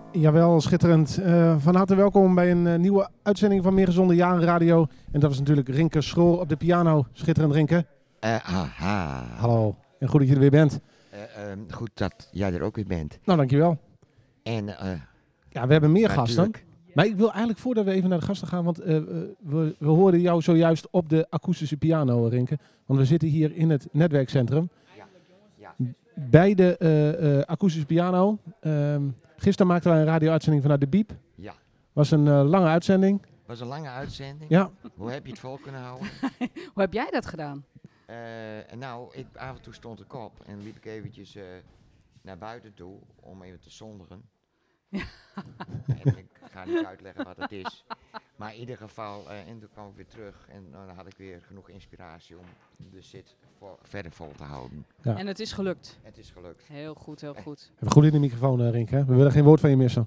Jawel, schitterend. Van harte welkom bij een nieuwe uitzending van Meer Gezonde Jaren Radio. En dat is natuurlijk Rinke Schrol op de piano. Schitterend, Rinke. Hallo, en goed dat je er weer bent. Goed dat jij er ook weer bent. Nou, dankjewel. En ja, we hebben meer gasten. natuurlijk. Maar ik wil eigenlijk, voordat we even naar de gasten gaan, want we hoorden jou zojuist op de akoestische piano, Rinke. Want we zitten hier in het netwerkcentrum. Ja. Bij de akoestische piano. Gisteren maakten wij een radio-uitzending vanuit de Biep. Ja. Was een lange uitzending. Was een lange uitzending. Ja. Hoe heb je het vol kunnen houden? Hoe heb jij dat gedaan? Af en toe stond ik op en liep ik eventjes naar buiten toe om even te zondigen. Ja. En ik ga niet uitleggen wat het is. Maar in ieder geval, en toen kwam ik weer terug en dan had ik weer genoeg inspiratie om de zit verder vol te houden. Ja. En het is gelukt. Het is gelukt. Heel goed, heel goed. Even goed in de microfoon, Rinke. Hè? We willen geen woord van je missen.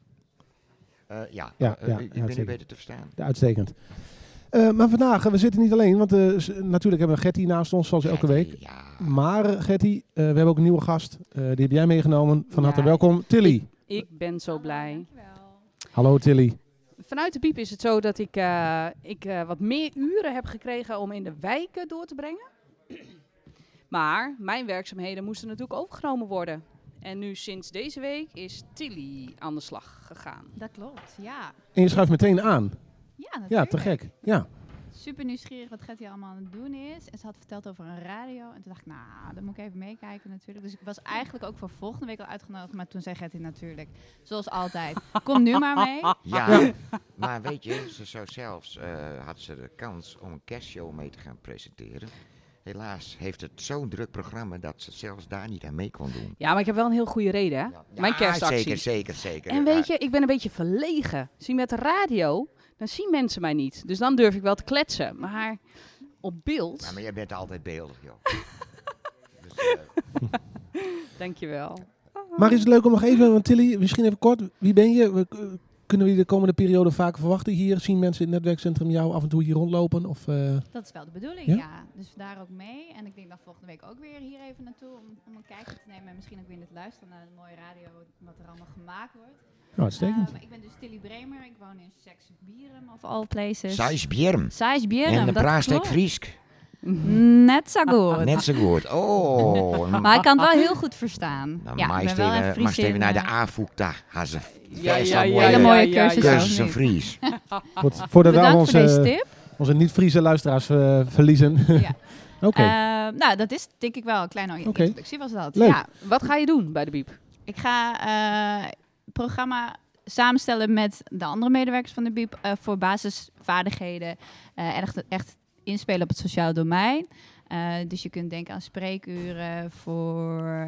Ik ben zeker. nu beter te verstaan. Ja, uitstekend. Maar vandaag, we zitten niet alleen, want natuurlijk hebben we Gertie naast ons, zoals elke week. Ja. Maar Gertie, we hebben ook een nieuwe gast. Die heb jij meegenomen. Van harte Ja. welkom, Tilly. Ik ben zo blij. Dankjewel. Hallo Tilly. Vanuit de Biep is het zo dat ik wat meer uren heb gekregen om in de wijken door te brengen. Maar mijn werkzaamheden moesten natuurlijk overgenomen worden. En nu sinds deze week is Tilly aan de slag gegaan. Dat klopt, ja. En je schuift meteen aan. Ja, Ja, natuurlijk. te gek. Ja. Super nieuwsgierig wat Gertie allemaal aan het doen is. En ze had verteld over een radio. En toen dacht ik, nou, dan moet ik even meekijken natuurlijk. Dus ik was eigenlijk ook voor volgende week al uitgenodigd. Maar toen zei Gertie natuurlijk, zoals altijd, kom nu maar mee. Ja, maar weet je, ze zou zelfs, had ze de kans om een kerstshow mee te gaan presenteren. Helaas heeft het zo'n druk programma dat ze zelfs daar niet aan mee kon doen. Ja, maar ik heb wel een heel goede reden, hè? Mijn kerstactie. Zeker. En weet je, ik ben een beetje verlegen. Zie met de radio, dan zien mensen mij niet. Dus dan durf ik wel te kletsen. Maar op beeld, Ja, maar jij bent altijd beeldig, joh. Dus, dankjewel. Maar is het leuk om nog even, want Tilly, misschien even kort. Wie ben je? Kunnen we je de komende periode vaker verwachten hier? Zien mensen in het netwerkcentrum jou af en toe hier rondlopen? Of, Dat is wel de bedoeling, Ja? ja. Dus daar ook mee. En ik denk dan volgende week ook weer hier even naartoe om een kijkje te nemen. En misschien ook weer in het luisteren naar de mooie radio wat er allemaal gemaakt wordt. Nou, uitstekend. Maar ik ben dus Tilly Bremer. Ik woon in Seksbierum of all places. Saisbjerm. Saisbierum, En de dat praat ik klopt. Friesk. Net zo goed. Net zo goed. Oh. Maar ik kan het wel heel goed verstaan. Dan ja, mag ik ben wel een je Friesin, even naar de AVOEK daar. Hazen. Hele mooie cursus. Cursus ook. in Fries. Goed, voordat we Bedankt voor deze tip. onze niet-Friese luisteraars verliezen. Ja. Oké. Nou, dat is denk ik wel een kleine Oké. introductie was dat. Leuk. Ja, Wat ga je doen bij de Biep? ik ga programma samenstellen met de andere medewerkers van de BIEB voor basisvaardigheden. Echt inspelen op het sociaal domein. Dus je kunt denken aan spreekuren voor...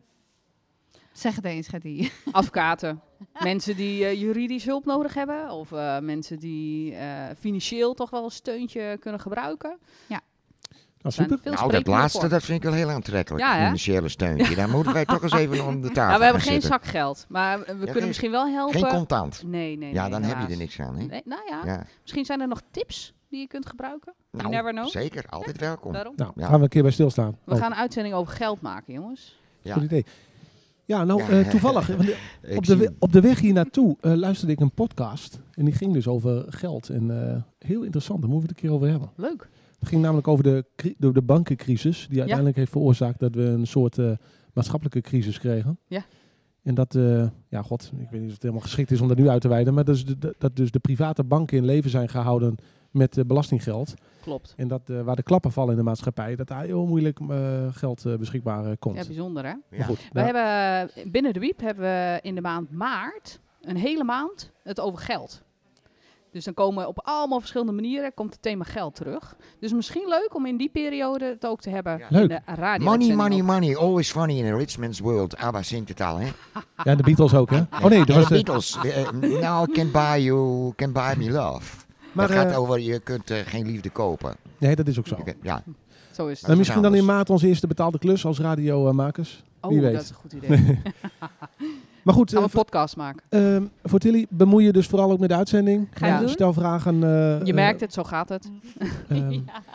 Zeg het eens, Gertie. Advocaten. Mensen die juridisch hulp nodig hebben. Of mensen die financieel toch wel een steuntje kunnen gebruiken. Nou, super. Veel Nou, dat spreekuren laatste, voor. dat vind ik wel heel aantrekkelijk. Ja, hè? Financiële steuntje. Daar moeten wij toch eens even om de tafel Nou, we hebben gaan geen zitten. zakgeld. Maar we kunnen geen- misschien wel helpen. Geen contant. Nee. Ja, dan heb je helaas. er niks aan, hè? Nee, nou ja, Ja. misschien zijn er nog tips die je kunt gebruiken. You never know. zeker. Altijd welkom. Daarom. Nou, Ja. gaan we een keer bij stilstaan. We gaan een uitzending over geld maken, jongens. Ja. Goed idee. Ja, nou, Ja. toevallig. Want, op de weg hier naartoe luisterde ik een podcast. En die ging dus over geld. En heel interessant, daar moeten we het een keer over hebben. Leuk. Het ging namelijk over de bankencrisis. Die uiteindelijk heeft veroorzaakt dat we een soort maatschappelijke crisis kregen. Ja. En dat, ik weet niet of het helemaal geschikt is om dat nu uit te wijden. Maar dat dus de private banken in leven zijn gehouden met belastinggeld. Klopt. En dat waar de klappen vallen in de maatschappij, dat daar heel moeilijk geld beschikbaar komt. Ja, bijzonder hè. Ja. Maar goed, We nou, hebben binnen de Wiep hebben we in de maand maart, een hele maand, het over geld. Dus dan komen op allemaal verschillende manieren komt het thema geld terug. Dus misschien leuk om in die periode het ook te hebben Ja. in Leuk. de radio. Money. Always funny in a rich man's world. ABBA zingt het al, hè? ja, de Beatles ook, hè? Oh nee, dat En was de de... Beatles. Now can buy me love. Maar, het gaat over, je kunt geen liefde kopen. Nee, dat is ook zo. Ja. Zo is het. En misschien dan in anders. maart onze eerste betaalde klus als radiomakers. Wie Oh, weet. dat is een goed idee. Maar goed, Gaan we een podcast maken. voor Tilly, bemoei je dus vooral ook met de uitzending. Ga je doen? Stel vragen. Je merkt het, zo gaat het.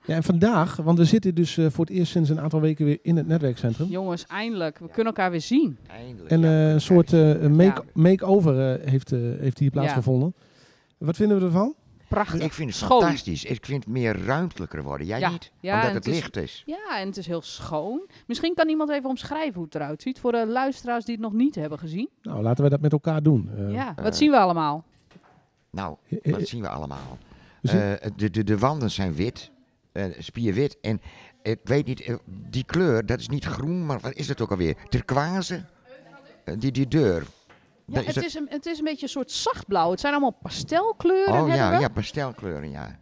Ja, en vandaag, want we zitten dus voor het eerst sinds een aantal weken weer in het netwerkcentrum. Jongens, eindelijk. We kunnen elkaar weer zien. Eindelijk. En een soort Ja. make-over heeft hier plaatsgevonden. Wat vinden we ervan? Prachtig. Ik vind het Schoon. fantastisch. Ik vind het meer ruimtelijker worden. Jij niet? Ja, Omdat en het licht is. Ja, en het is heel schoon. Misschien kan iemand even omschrijven hoe het eruit ziet voor de luisteraars die het nog niet hebben gezien. Nou, laten we dat met elkaar doen. Wat zien we allemaal? Nou, eh, dat zien we allemaal. we De wanden zijn wit. Spierwit. En ik weet niet, die kleur, dat is niet groen, maar wat is het ook alweer? Turquoise? Die deur. Ja, het is een beetje een soort zachtblauw. Het zijn allemaal pastelkleuren. Oh hebben we. ja, pastelkleuren, ja.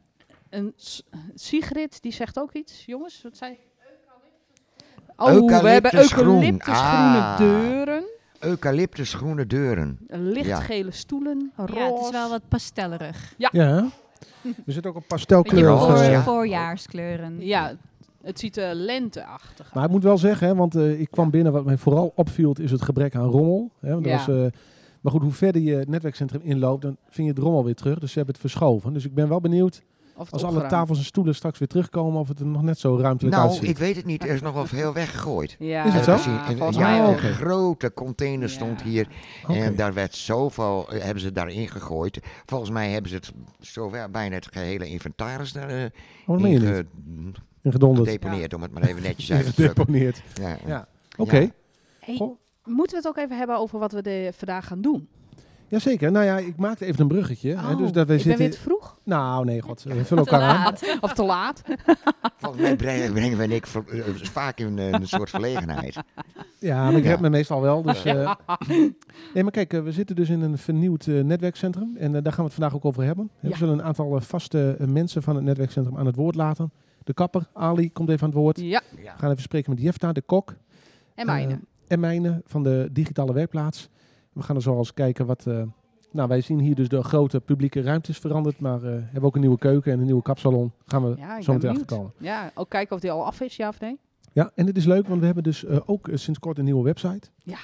Sigrid, die zegt ook iets. Jongens, wat zei we hebben eucalyptusgroene deuren. Eucalyptusgroene deuren. Lichtgele stoelen, roze. Ja, het is wel wat pastellerig. Ja. We zitten ook op pastelkleuren. Beetje Voorjaarskleuren. Ja, het ziet er lenteachtig uit. Maar ik moet wel zeggen, hè, want ik kwam binnen, wat mij vooral opviel, is het gebrek aan rommel. Hè, want Ja. maar goed, hoe verder je het netwerkcentrum inloopt, dan vind je het rommel weer terug. Dus ze hebben het verschoven. Dus ik ben wel benieuwd, Of het als alle opgeruimd. tafels en stoelen straks weer terugkomen, of het er nog net zo ruimtelijk Nou, uitziet. ik weet het niet. Er is nog wel veel weggegooid. Ja, Is het zo? volgens Ja, mij een ook. oké. grote container stond hier. Oké. En daar werd zoveel, hebben ze daarin gegooid. Volgens mij hebben ze het bijna het gehele inventaris daar Oh, dat meen je niet. Ingedonderd. gedeponeerd, om het maar even netjes uit te drukken. Gedeponeerd. Ja. Ja. Oké. Ja. Hey, Goh. moeten we het ook even hebben over wat we vandaag gaan doen? Jazeker. Nou ja, ik maakte even een bruggetje. Hè, dus dat wij ik ben zitten... weer te vroeg Nou, nee, god. We vullen elkaar aan. of te laat. Volgens mij brengen we en ik vaak in een soort verlegenheid. Ja, maar ik Ja. heb me meestal wel. Dus, nee, maar kijk, we zitten dus in een vernieuwd netwerkcentrum. En daar gaan we het vandaag ook over hebben. Ja. We zullen een aantal vaste mensen van het netwerkcentrum aan het woord laten. De kapper, Ali, komt even aan het woord. Ja, We gaan even spreken met Jefta, de kok. en mijne. En Mijne van de digitale werkplaats. We gaan er zoals kijken wat... nou, wij zien hier dus de grote publieke ruimtes veranderd. Maar hebben ook een nieuwe keuken en een nieuwe kapsalon. Gaan we Ja, ik zo ben meteen benieuwd. achterkomen. Ja, ook kijken of die al af is, ja of nee? Ja, en het is leuk, want we hebben dus ook sinds kort een nieuwe website. Ja.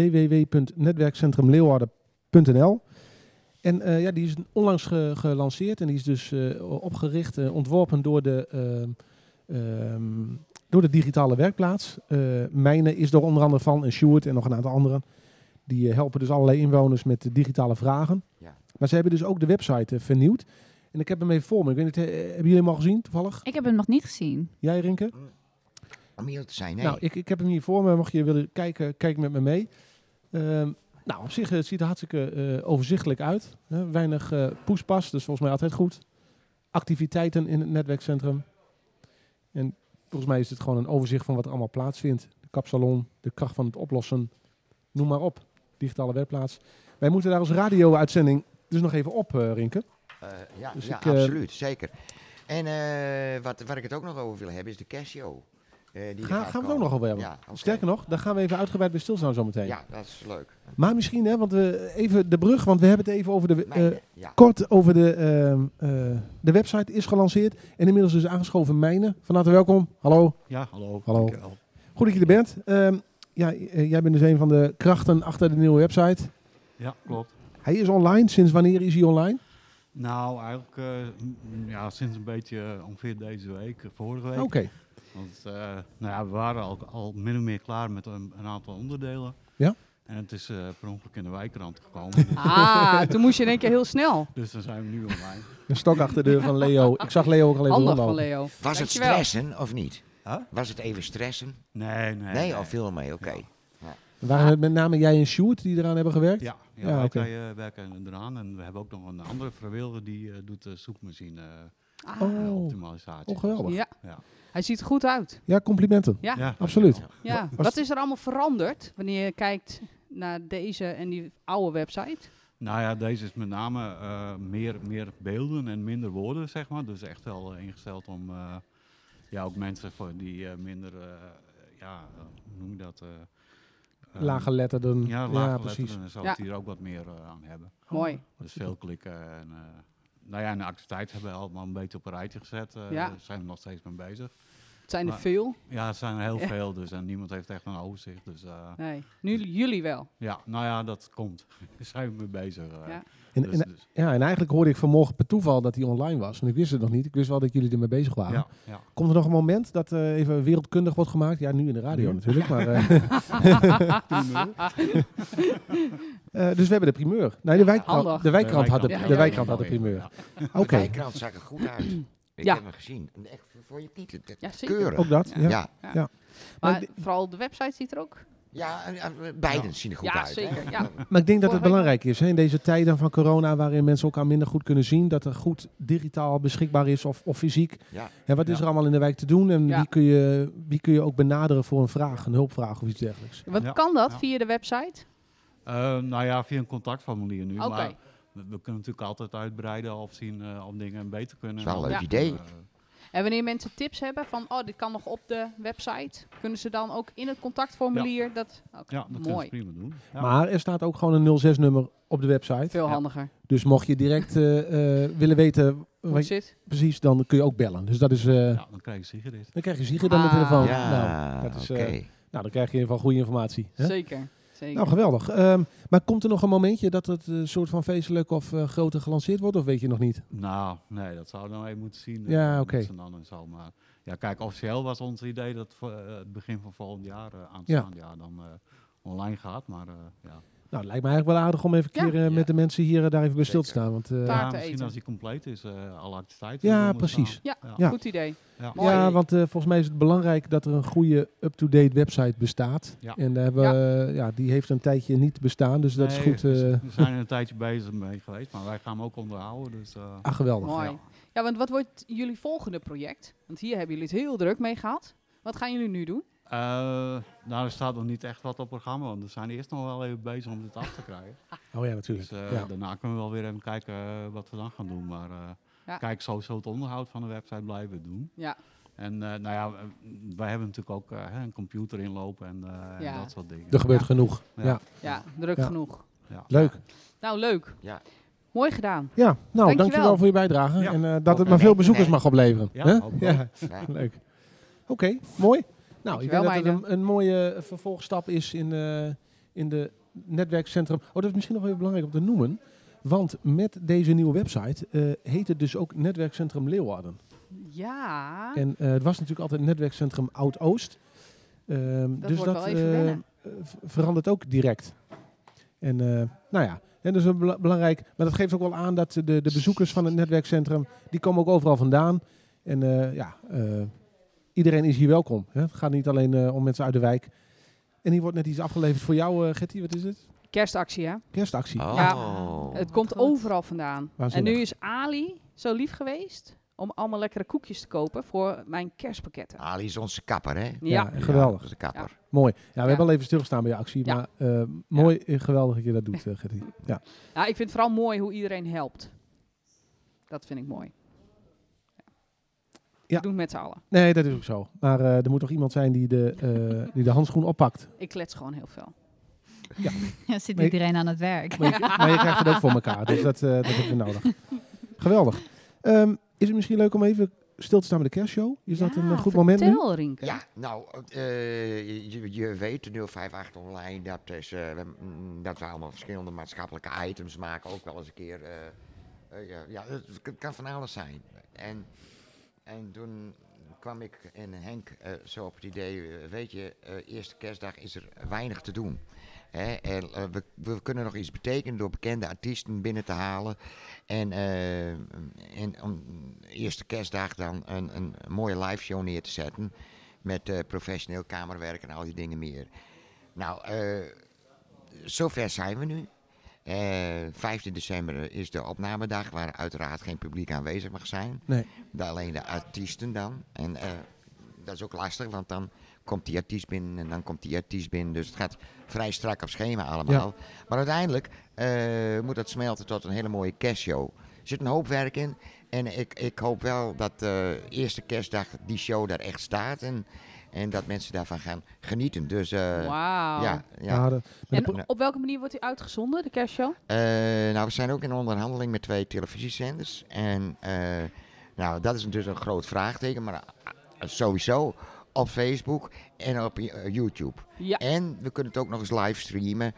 www.netwerkcentrumleeuwarden.nl. En ja, die is onlangs gelanceerd en die is dus opgericht, ontworpen door de digitale werkplaats. Mijne is er onder andere van en Sjoerd en nog een aantal anderen. Die helpen dus allerlei inwoners met de digitale vragen. Ja. Maar ze hebben dus ook de website vernieuwd. En ik heb hem even voor me. Ik weet niet, hebben jullie hem al gezien toevallig? Ik heb hem nog niet gezien. Jij, Rinke? Om heel te zijn, nee. Nou, ik heb hem hier voor me. Mocht je willen kijken, kijk met me mee. Nou, op zich ziet het er hartstikke overzichtelijk uit. Weinig poespas, dus volgens mij altijd goed. Activiteiten in het netwerkcentrum. En volgens mij is het gewoon een overzicht van wat er allemaal plaatsvindt. De kapsalon, de kracht van het oplossen, noem maar op. Digitale werkplaats. Wij moeten daar als radio-uitzending dus nog even op, Rinke. Ja, Dus ja ik, absoluut, zeker. En waar ik het ook nog over wil hebben is de Casio. Gaan we het ook nog over hebben. Ja, oké. Sterker nog, daar gaan we even uitgebreid bij stilstaan zometeen. Ja, dat is leuk. Maar misschien, hè, want we even de brug, want we hebben het even over de... Ja. Kort over de website is gelanceerd. En inmiddels is aangeschoven Mijne. Van harte welkom. Hallo. Ja, hallo. Hallo. Dankjewel. Goed dat je er bent. Jij bent dus een van de krachten achter de nieuwe website. Ja, klopt. Hij is online. Sinds wanneer is hij online? Nou, eigenlijk sinds een beetje ongeveer deze week, vorige week. Oké. Want nou ja, we waren al min of meer klaar met een aantal onderdelen. Ja. En het is per ongeluk in de wijkrand gekomen. Toen moest je in één keer heel snel. Dus dan zijn we nu online. Een stok achter de deur van Leo. Ik zag Leo ook al even Handig van rondlopen. Leo. Was het Dankjewel. stressen of niet? Huh? Was het even stressen? Nee, Al veel mee, oké. Ja. Waren het met name jij en Sjoerd die eraan hebben gewerkt? Ja, Ja, wij oké. werken eraan. En we hebben ook nog een andere vrijwilliger die doet de zoekmachine Oh, optimalisatie. geweldig. Ja. Ja. Hij ziet er goed uit. Ja, complimenten. Ja. Ja, Absoluut. Ja. Was- Wat is er allemaal veranderd wanneer je kijkt naar deze en die oude website? Nou ja, deze is met name meer beelden en minder woorden, zeg maar. Dus echt wel ingesteld om ook mensen voor die minder, hoe noem je dat? Lage letterden. Ja, Ja, lage precies. letteren en zo, Ja. dat die er ook wat meer aan hebben. Mooi. Dus veel klikken en en de activiteit hebben we allemaal een beetje op een rijtje gezet. Ja. Daar zijn we nog steeds mee bezig. Het zijn er Maar- veel? Ja, er zijn er heel veel dus en niemand heeft echt een overzicht. Dus Nee. Nu jullie wel. ja, nou ja, dat komt. Daar zijn we mee bezig. Ja. En, Dus- en, dus- ja, en eigenlijk hoorde ik vanmorgen per toeval dat hij online was. En ik wist het nog niet. Ik wist wel dat jullie ermee bezig waren. ja, ja. Komt er nog een moment dat even wereldkundig wordt gemaakt? Ja, nu in de radio Nu? natuurlijk. Maar, dus we hebben de primeur. Nee, handig. de wijkkrant had de, Ja, de, ja, wijkkrant ja. had de primeur. Ja. Oké, De wijkkrant zag er goed uit. Ik Ja. heb hem gezien. En echt, vond je het niet? Ja, zeker. Keurig. ook dat. Ja. Ja. Maar Maar ik vooral de website ziet er ook. Ja, beiden zien er goed Ja, uit. zeker, Hè? ja. Maar ik denk dat Vorige het belangrijk is hè, in deze tijden van corona, waarin mensen elkaar minder goed kunnen zien, dat er goed digitaal beschikbaar is of fysiek. Ja. Hè, wat is Ja. er allemaal in de wijk te doen en Ja. wie kun je ook benaderen voor een vraag, een hulpvraag of iets dergelijks? Want Ja, kan dat ja. via de website? Nou ja, via een contactformulier nu. Oké. Maar we kunnen natuurlijk altijd uitbreiden of zien of dingen beter kunnen. Dat is wel een leuk Ja. idee. En wanneer mensen tips hebben van, oh, dit kan nog op de website, kunnen ze dan ook in het contactformulier dat... Oké, Ja, dat kunnen mooi. ze prima doen. Ja. Maar er staat ook gewoon een 06-nummer op de website. Veel Ja. handiger. Dus mocht je direct willen weten Hoe wat het je, zit. precies, dan kun je ook bellen. Dus dat is, Ja, dan krijg je Sigrid. dan krijg je Sigrid aan de Ah. telefoon. Ja, Nou, dat is, oké. nou, dan krijg je in ieder geval goede informatie. Hè? Zeker. Zeker. Nou, geweldig. Maar komt er nog een momentje dat het soort van feestelijk of groter gelanceerd wordt? Of weet je nog niet? Nou, nee, dat zouden we nou even moeten zien. Ja, met oké. z'n allen en zo. Maar ja, kijk, officieel was ons idee dat het begin van volgend jaar, Ja. aanstaand jaar, dan online gaat. Maar ja. Nou, het lijkt me eigenlijk wel aardig om even een keer met de mensen hier daar even bij stil te Zeker. staan. Want, Taart Ja, te misschien eten. als die compleet is, alle activiteiten. Ja, die eronder precies. staan. Ja. Ja. Goed idee. Ja. Mooi. ja, want volgens mij is het belangrijk dat er een goede up-to-date website bestaat. Ja. En daar hebben we, die heeft een tijdje niet bestaan, dus dat is Nee, goed. We zijn er een tijdje bezig mee geweest, maar wij gaan hem ook onderhouden. Dus, Geweldig. Mooi. Ja. Ja, want wat wordt jullie volgende project? Want hier hebben jullie het heel druk mee gehad. Wat gaan jullie nu doen? nou, er staat nog niet echt wat op het programma, want we zijn eerst nog wel even bezig om dit af te krijgen. Oh ja, natuurlijk. Dus Ja. daarna kunnen we wel weer even kijken wat we dan gaan doen. Maar Ja. kijk, sowieso het onderhoud van de website blijven we doen. Ja. En nou ja, wij hebben natuurlijk ook een computer inlopen en Ja. dat soort dingen. Er gebeurt Ja. genoeg. Ja. Ja. Ja, druk Ja. genoeg. Ja. Leuk. Nou, leuk. Ja. Mooi gedaan. Ja, nou, Dankjewel. dankjewel voor je bijdrage. Ja. En dat het Ook maar veel nee, bezoekers nee. mag opleveren. Ja, Hè? ook wel. Ja, Ja. leuk. Oké, mooi. Nou, ik denk Dankjewel, dat het een mooie vervolgstap is in de netwerkcentrum. Oh, dat is misschien nog even belangrijk om te noemen. Want met deze nieuwe website heet het dus ook Netwerkcentrum Leeuwarden. Ja. En het was natuurlijk altijd Netwerkcentrum Oud-Oost. Dus wordt wel even wennen. verandert ook direct. En nou ja, en dat is belangrijk. Maar dat geeft ook wel aan dat de bezoekers van het netwerkcentrum, die komen ook overal vandaan. En iedereen is hier welkom. Hè? Het gaat niet alleen om mensen uit de wijk. En hier wordt net iets afgeleverd voor jou, Gertie. Wat is het? Kerstactie, hè? Kerstactie. Oh. Ja. Het komt Goed. overal vandaan. Waanzinnig. En nu is Ali zo lief geweest om allemaal lekkere koekjes te kopen voor mijn kerstpakketten. Ali is onze kapper, hè? Ja. Geweldig. Dat is de kapper. Mooi. Ja, we Ja. hebben al even stilgestaan bij je actie. Ja. Maar mooi en geweldig dat je dat doet, Gertie. Ja. Nou, ik vind het vooral mooi hoe iedereen helpt. Dat vind ik mooi. Ja. We doen het met z'n allen. Nee, dat is ook zo. Maar er moet toch iemand zijn die de handschoen oppakt. Ik klets gewoon heel veel. Ja, zit Maar- iedereen aan het werk. Maar je krijgt het ook voor elkaar. Dus dat hebben we nodig. Geweldig. Is het misschien leuk om even stil te staan bij de kerstshow? Is dat een goed moment nu? Vertel, Rinke. Ja, nou, je weet, de 058 online, dat we allemaal verschillende maatschappelijke items maken. Ook wel eens een keer, het kan van alles zijn. En toen kwam ik en Henk zo op het idee, weet je, eerste kerstdag is er weinig te doen. Hè? En we kunnen nog iets betekenen door bekende artiesten binnen te halen. En om eerste kerstdag dan een mooie live show neer te zetten. Met professioneel kamerwerk en al die dingen meer. Nou, zover zijn we nu. 15 december is de opnamedag, waar uiteraard geen publiek aanwezig mag zijn. Nee. Alleen de artiesten dan. En dat is ook lastig, want dan komt die artiest binnen en dan komt die artiest binnen. Dus het gaat vrij strak op schema allemaal. Maar uiteindelijk moet dat smelten tot een hele mooie kerstshow. Er zit een hoop werk in. En ik hoop wel dat eerste kerstdag die show daar echt staat. En dat mensen daarvan gaan genieten. Dus Wauw. ja. Ja, En op welke manier wordt die uitgezonden, de kerstshow? Nou, we zijn ook in onderhandeling met 2 televisiezenders. En nou, dat is natuurlijk een groot vraagteken. Maar sowieso op Facebook en op YouTube. Ja. En we kunnen het ook nog eens livestreamen.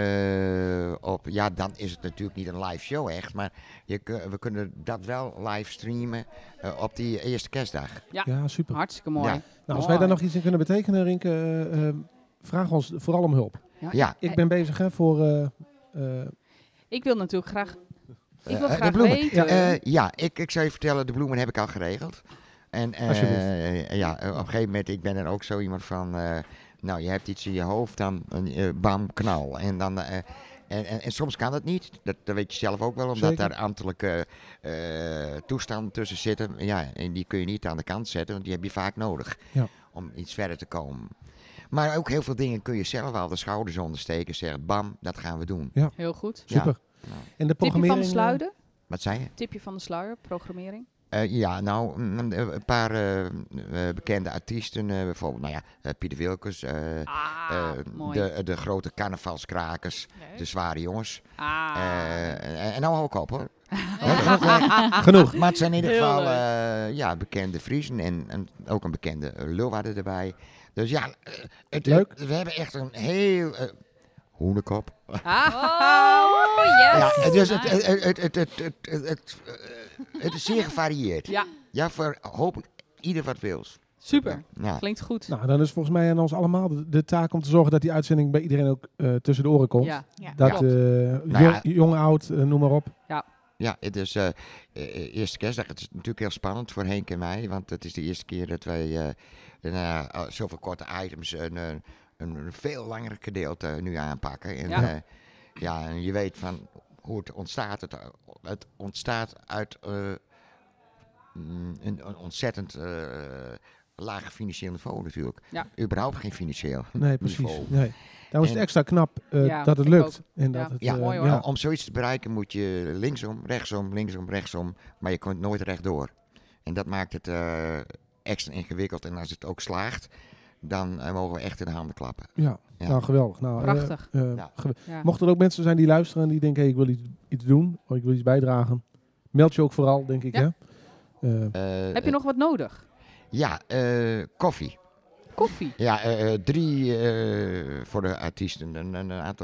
Dan is het natuurlijk niet een live show echt, maar we kunnen dat wel livestreamen op die eerste kerstdag. Ja, super. Hartstikke mooi. Ja. Nou, als wij daar nog iets in kunnen betekenen, Rinke, vraag ons vooral om hulp. Ja. Ik ben bezig voor... Ik wil natuurlijk graag... Ik wil de graag bloemen. weten... Ik zou je vertellen, de bloemen heb ik al geregeld. En op een gegeven moment, ik ben er ook zo iemand van... je hebt iets in je hoofd, dan bam, knal. En dan... En soms kan het niet, dat weet je zelf ook wel, omdat Zeker. daar ambtelijke toestanden tussen zitten. Ja, en die kun je niet aan de kant zetten, want die heb je vaak nodig om iets verder te komen. Maar ook heel veel dingen kun je zelf wel de schouders ondersteken en zeggen, bam, dat gaan we doen. Ja. Heel goed. Super. Ja. En de Tipje programmering... van de sluier? Wat zei je? Tipje van de sluier, programmering? Een paar bekende artiesten, bijvoorbeeld Pieter Wilkes, Mooi. de grote carnavalskrakers, de zware jongens. En nou hou ik op hoor. Genoeg. Maar het zijn in ieder Heel geval bekende Friesen en ook een bekende Leeuwarden erbij. Dus ja, Leuk. we hebben echt een heel hoenekop. Oh, yes. Ja, dus het is zeer gevarieerd. Ja, Ja, voor hopelijk ieder wat wils. super. Ja. Klinkt goed. Nou, dan is volgens mij aan ons allemaal de taak om te zorgen dat die uitzending bij iedereen ook tussen de oren komt. Ja. Ja. Dat Ja. jong, oud, noem maar op. Ja, het is eerste kerstdag. Het is natuurlijk heel spannend voor Henk en mij, want het is de eerste keer dat wij zoveel korte items een veel langer gedeelte nu aanpakken. En, en je weet van hoe het ontstaat. Het ontstaat uit een ontzettend lage financieel niveau natuurlijk. Ja. Überhaupt geen financieel Nee, precies. niveau. Nee. Daarom is het En- extra knap Ja, dat het ik lukt. ook. En Ja. dat het, Ja, mooi hoor. Om zoiets te bereiken moet je linksom, rechtsom, maar je komt nooit rechtdoor. En dat maakt het extra ingewikkeld. En als het ook slaagt, dan mogen we echt in de handen klappen. Ja, Ja. nou geweldig. Nou, Prachtig. Ja. Ja. Mochten er ook mensen zijn die luisteren en die denken, hey, ik wil iets doen, of ik wil iets bijdragen. Meld je ook vooral, denk ik. Ja. Hè? Heb je nog wat nodig? Ja, koffie. Koffie? Ja, 3 voor de artiesten. Een aantal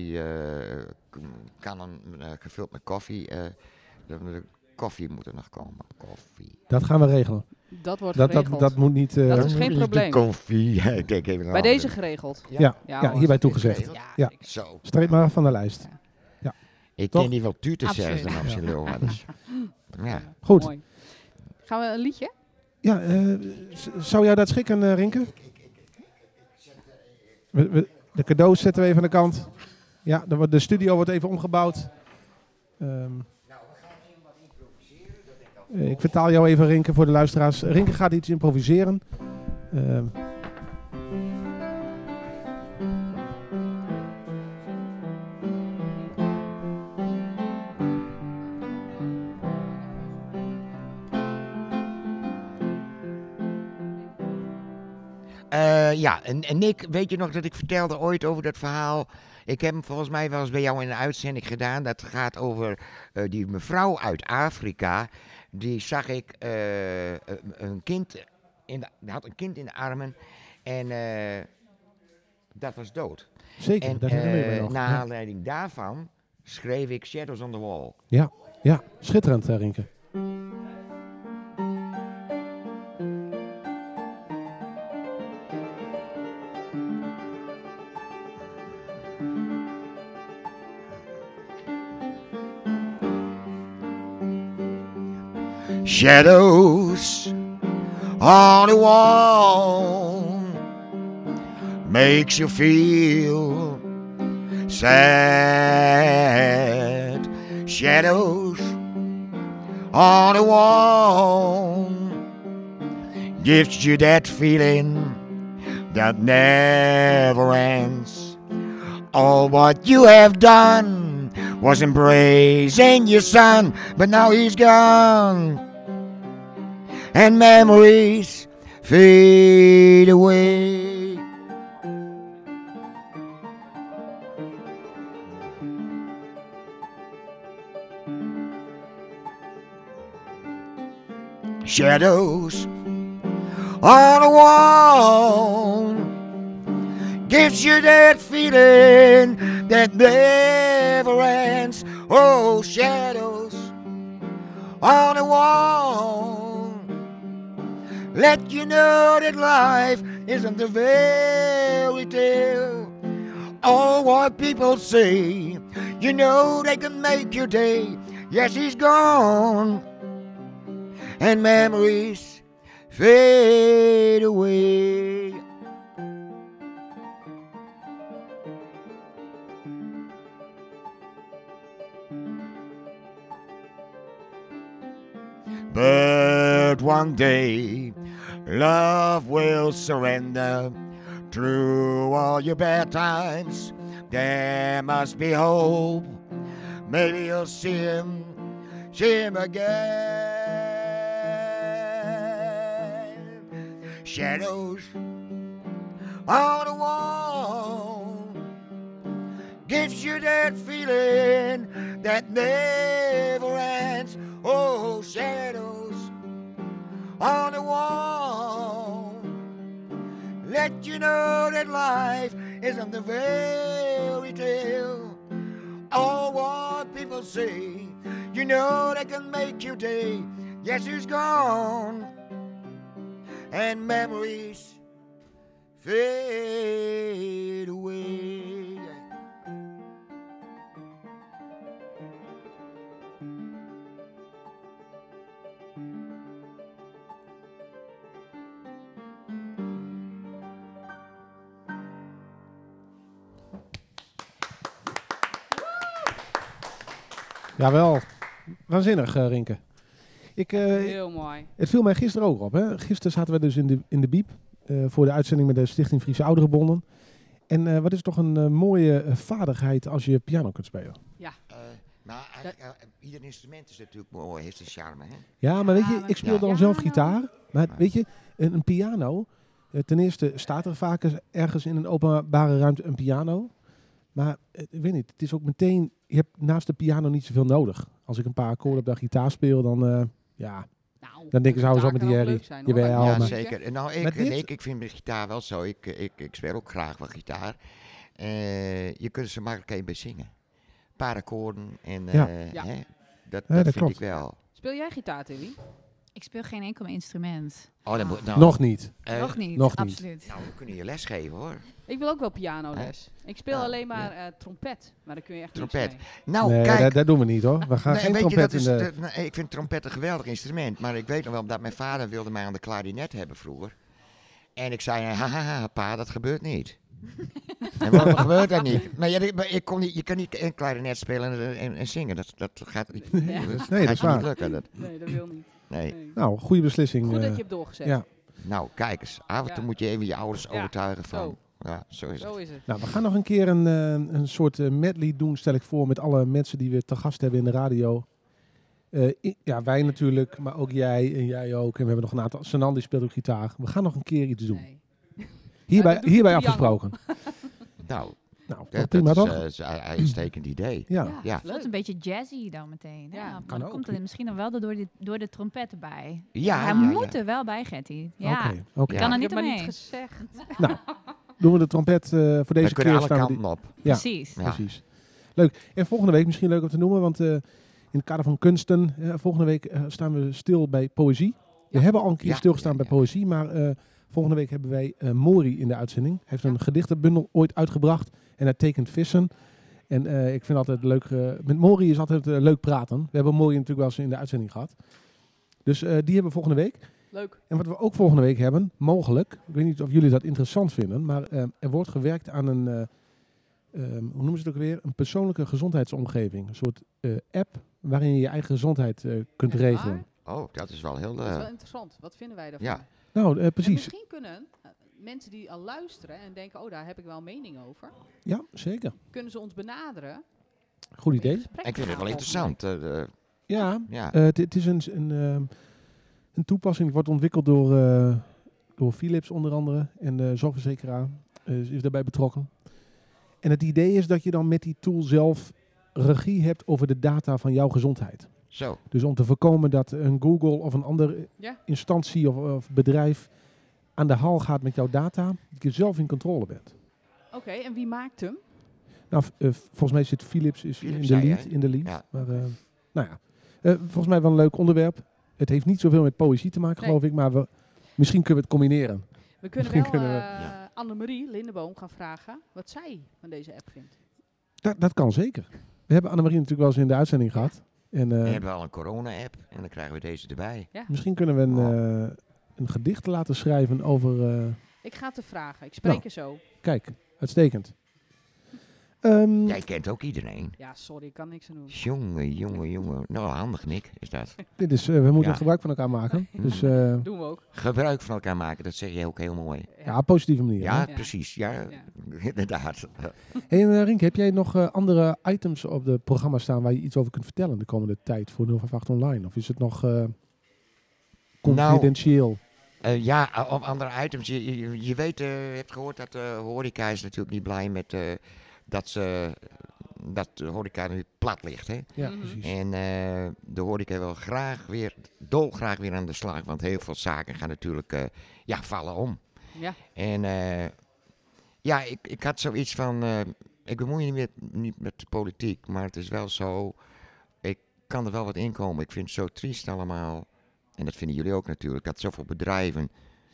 kannen gevuld met koffie. De koffie moet er nog komen. Koffie. Dat gaan we regelen. Dat wordt Dat geregeld. moet niet... Dat is geen probleem. De koffie. Ja, ik denk even Bij deze geregeld. Ja, hoor. hierbij toegezegd. Ja. Zo. Streep maar van de lijst. Ik Toch? ken die wel tuten Absoluut. zeggen dan op zijn lul. Dus. Ja. Goed. Mooi. Gaan we een liedje? Ja, zou jij dat schikken, Rinke? De cadeaus zetten we even aan de kant. Ja, de studio wordt even omgebouwd. Ik vertaal jou even, Rinke, voor de luisteraars. Rinke gaat iets improviseren. En Nick, weet je nog dat ik vertelde ooit over dat verhaal? Ik heb hem volgens mij wel eens bij jou in een uitzending gedaan. Dat gaat over die mevrouw uit Afrika. Die zag ik een kind die had een kind in de armen en dat was dood. Zeker, En dat herinner je me nog. naar Ja. aanleiding daarvan schreef ik Shadows on the Wall. Ja, schitterend, Rinke. Shadows on the wall makes you feel sad. Shadows on the wall gives you that feeling that never ends. All what you have done was embracing your son, but now he's gone. And memories fade away. Shadows on the wall gives you that feeling that never ends. Oh, shadows on the wall let you know that life isn't a fairy tale. All what people say, you know they can make your day. Yes, he's gone, and memories fade away. But one day, love will surrender. Through all your bad times, there must be hope. Maybe you'll see him again. Shadows on the wall gives you that feeling that never ends. Oh, shadows on the wall let you know that life isn't a fairy tale. All what people say, you know they can make your day. Yes, he's gone, and memories fade away. Jawel, waanzinnig, Rinke. Heel mooi. Het viel mij gisteren ook op. Hè. Gisteren zaten we dus in de Biep voor de uitzending met de Stichting Friese Ouderenbonden. En wat is toch een mooie vaardigheid als je piano kunt spelen. Maar eigenlijk, ieder instrument is natuurlijk mooi, heeft een charme. Hè? Ja, maar weet je, maar ik speel dan zelf gitaar. Maar weet je, een piano, ten eerste staat er vaak ergens in een openbare ruimte een piano. Maar ik weet niet, het is ook meteen, je hebt naast de piano niet zoveel nodig. Als ik een paar akkoorden op de gitaar speel, dan dan denken ze, hou eens op met die herrie. Jawel, Ja, maar- zeker. Nou, ik vind met gitaar wel zo. Ik speel ook graag wel gitaar. Je kunt ze makkelijk een bij zingen. Een paar akkoorden en Ja. hè, dat dat vind klopt. ik wel. Speel jij gitaar, Tilly? Ik speel geen enkel instrument. Oh, dan moet, nou, Nog niet. Nog niet, nog niet. absoluut. Nou, we kunnen je les geven hoor. Ik wil ook wel pianoles. Ik speel Ja, alleen maar trompet. Maar daar kun je echt Trompet. niks mee. Nou, Nee, kijk. dat doen we niet hoor. We gaan Nee, geen weet je, trompet dat in is de... nee, ik vind trompet een geweldig instrument. Maar ik weet nog wel dat mijn vader wilde mij aan de klarinet hebben vroeger. En ik zei, haha, pa, dat gebeurt niet. En waarom gebeurt dat niet? Nou, je kan niet een klarinet spelen en zingen. Dat gaat niet. Nee. Nee, dat gaat is je niet waar. lukken. Dat. Nee, dat wil niet. Nee. Nee. Nou, goede beslissing. Goed dat eh, je hebt doorgezet. ja. Nou, kijk eens. Af en toe Ja. moet je even je ouders Ja, overtuigen van. zo. Ja, zo is het. Zo is het. Nou, we gaan nog een keer een soort medley doen, stel ik voor, met alle mensen die we te gast hebben in de radio. Wij natuurlijk, maar ook jij en jij ook. En we hebben nog een aantal. Sanan die speelt ook gitaar. We gaan nog een keer iets doen. Nee. Hierbij, dat doet hierbij Triangle. afgesproken. Nou, Nou, dat prima is toch? een uitstekend idee. Ja. Ja. Het wordt een beetje jazzy dan meteen. Ja, Ja, maar kan dan ook. komt er misschien nog wel door de trompet erbij. Ja, Hij ja, moet ja. er wel bij, Gertie. Ja. Oké. Ja. Kan er Ik niet heb maar niet omheen. gezegd. Nou, doen we de trompet voor We deze kunnen keer. alle Staan we die- kanten op. Ja. Precies. Ja. Precies. Leuk. En volgende week, misschien leuk om te noemen, want in het kader van kunsten, volgende week staan we stil bij poëzie. We Ja. hebben al een keer Ja, stilgestaan ja, bij ja. poëzie, maar volgende week hebben wij Mori in de uitzending. Hij heeft een gedichtenbundel ooit uitgebracht en hij tekent vissen. En ik vind altijd leuk, met Mori is altijd leuk praten. We hebben Mori natuurlijk wel eens in de uitzending gehad. Dus die hebben we volgende week. Leuk. En wat we ook volgende week hebben, mogelijk, ik weet niet of jullie dat interessant vinden, maar er wordt gewerkt aan een, hoe noemen ze het ook weer, een persoonlijke gezondheidsomgeving. Een soort app waarin je je eigen gezondheid kunt Echt regelen. Oh, dat is wel heel... Dat is wel interessant. Wat vinden wij daarvan? ja. Nou, En precies. misschien kunnen mensen die al luisteren en denken, oh, daar heb ik wel een mening over, Ja, zeker. kunnen ze ons benaderen. Goed om in idee. gesprek Ik te vind het wel gaan volgende interessant. Ja, Ja. het is een toepassing die wordt ontwikkeld door Philips onder andere. En de zorgverzekeraar is daarbij betrokken. En het idee is dat je dan met die tool zelf regie hebt over de data van jouw gezondheid. Zo. Dus om te voorkomen dat een Google of een andere Ja. instantie of bedrijf aan de haal gaat met jouw data, dat je zelf in controle bent. Oké, en wie maakt hem? Nou, volgens mij zit Philips Philips, in zei de je? lead. Ja. Maar, nou ja, volgens mij wel een leuk onderwerp. Het heeft niet zoveel met poëzie te maken, Nee. geloof ik, maar misschien kunnen we het combineren. We kunnen Misschien wel kunnen Ja. Annemarie Lindeboom gaan vragen wat zij van deze app vindt. Dat kan zeker. We hebben Annemarie natuurlijk wel eens in de uitzending gehad. En We hebben al een corona-app en dan krijgen we deze erbij. misschien kunnen we een gedicht laten schrijven over... Ik ga het te vragen. Ik spreek Nou. er zo. kijk, uitstekend. Jij kent ook iedereen. Ja, sorry, ik kan niks aan doen. Jongen. Nou, handig, Nick, is dat. Dit is, we moeten Ja. gebruik van elkaar maken. Dus Doen we ook. Gebruik van elkaar maken, dat zeg je ook heel mooi. ja, op positieve manier. Ja, hè? precies. Ja, inderdaad. Hey, en Rink, heb jij nog andere items op het programma staan waar je iets over kunt vertellen de komende tijd voor 058 Online? Of is het nog confidentieel? Op andere items. Je weet, je hebt gehoord dat horeca is natuurlijk niet blij met dat de horeca nu plat ligt. Hè? Ja, Mhm. precies. En de horeca wil dolgraag weer aan de slag. Want heel veel zaken gaan natuurlijk vallen om. Ja. En ik had zoiets van, ik bemoei je niet met de politiek, maar het is wel zo, ik kan er wel wat in komen. Ik vind het zo triest allemaal, en dat vinden jullie ook natuurlijk, dat zoveel bedrijven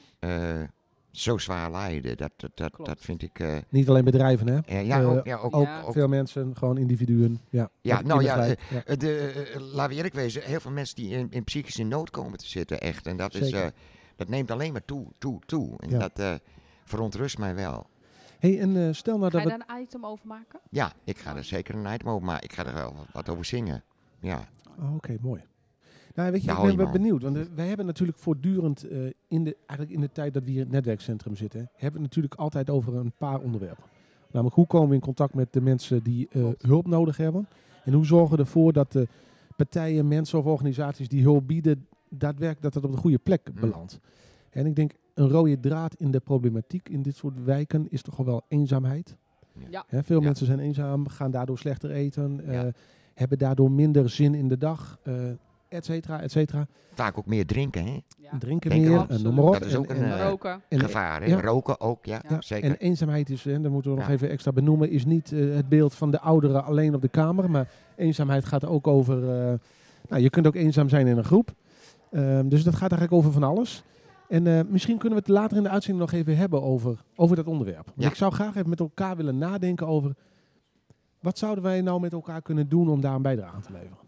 zo zwaar lijden. Dat vind ik... Niet alleen bedrijven, hè? ook Ja. Veel mensen, gewoon individuen. Ja, Ja, Ook nou ja, kindergelijk. laten we eerlijk wezen, heel veel mensen die in psychische nood komen te zitten, echt. En dat, Zeker. dat neemt alleen maar toe. En Ja. dat verontrust mij wel. Hey, en stel nou Ga dat je we... daar een item over maken? Ja, ik ga er zeker een item over, maar ik ga er wel wat over zingen. Ja, Oh, oké, mooi. Nou, weet je, Daar ik hou ben je wel me benieuwd. Want wij hebben natuurlijk voortdurend, eigenlijk in de tijd dat we hier in het netwerkcentrum zitten, hebben we het natuurlijk altijd over een paar onderwerpen. Namelijk, hoe komen we in contact met de mensen die hulp nodig hebben? En hoe zorgen we ervoor dat de partijen, mensen of organisaties die hulp bieden, daadwerkelijk dat op de goede plek belandt? En ik denk, een rode draad in de problematiek in dit soort wijken is toch wel eenzaamheid. Ja. Hè, veel Ja. mensen zijn eenzaam, gaan daardoor slechter eten, Ja. hebben daardoor minder zin in de dag, et cetera. vaak ook meer drinken, hè? Ja. Drinken Denk meer, absoluut. noem maar op. Dat is ook een Roken. gevaar, hè? ja. Roken ook, ja, Ja. zeker. En eenzaamheid is, en dat moeten we nog Ja. even extra benoemen, is niet het beeld van de ouderen alleen op de kamer. Maar eenzaamheid gaat ook over, je kunt ook eenzaam zijn in een groep. Dus dat gaat eigenlijk over van alles. En misschien kunnen we het later in de uitzending nog even hebben over dat onderwerp. Want Ja. ik zou graag even met elkaar willen nadenken over, wat zouden wij nou met elkaar kunnen doen om daar een bijdrage aan te leveren?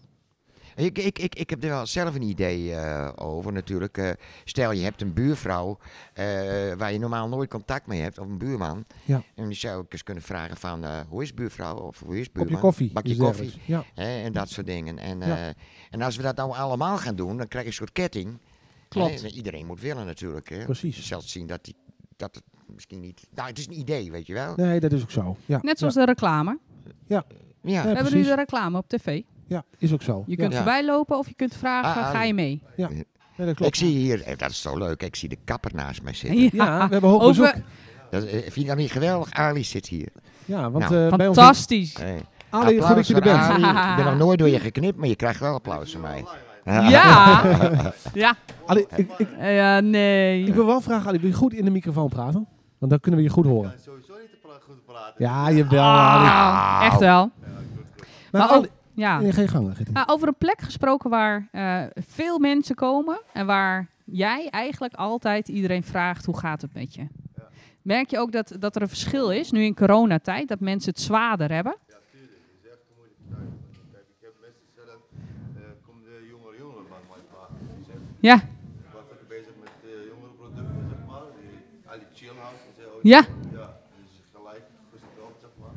Ik heb er wel zelf een idee over natuurlijk. Stel je hebt een buurvrouw waar je normaal nooit contact mee hebt, of een buurman. Ja. En die zou ik eens kunnen vragen van, hoe is buurvrouw of hoe is Kopje buurman? koffie. Bakje iets koffie. dergelijks. Ja, Hè, en dat soort dingen. En, Ja. en als we dat nou allemaal gaan doen, dan krijg je een soort ketting. Klopt. Hè, en iedereen moet willen natuurlijk. Hè. precies. Zelfs zien dat het misschien niet... Nou, het is een idee, weet je wel. Nee, dat is ook zo. Ja. Net zoals de reclame. Ja. We hebben nu precies. de reclame op tv. Ja, is ook zo. Je kunt Ja. voorbij lopen of je kunt vragen, Ah, ga je mee? Nee, dat klopt. Ik zie hier, dat is zo leuk, ik zie de kapper naast mij zitten. Ja, we hebben hoog Over- bezoek. Dat, vind je dat niet geweldig? Ali zit hier. Ja, want Nou. bij ons... Fantastisch. Hey. Ali, goed dat Applaus je er voor bent. Ali. Ik ben nog nooit door je geknipt, maar je krijgt wel applaus van mij. Ja. Ja. Ali, Nee. ik wil wel vragen, Ali, wil je goed in de microfoon praten? Want dan kunnen we je goed horen. Sowieso niet goed praten. Ja, jawel, Ali. Ah, echt wel. Maar Maar Ali, ook, ja. nee, geen gang. Gertie. Over een plek gesproken waar veel mensen komen en waar jij eigenlijk altijd iedereen vraagt hoe gaat het met je. Merk je ook dat er een verschil is nu in coronatijd, dat mensen het zwaarder hebben? Ja, tuurlijk. Het is echt een moeilijke tijd. Kijk, ik heb mensen zelf, komen de jongeren bij mij vragen. Die zeggen, Ja. ik was ook bezig met jongere producten, zeg maar. Al die chillhouse en zo. Ja. Ja, dus gelijk, rustig op, zeg maar.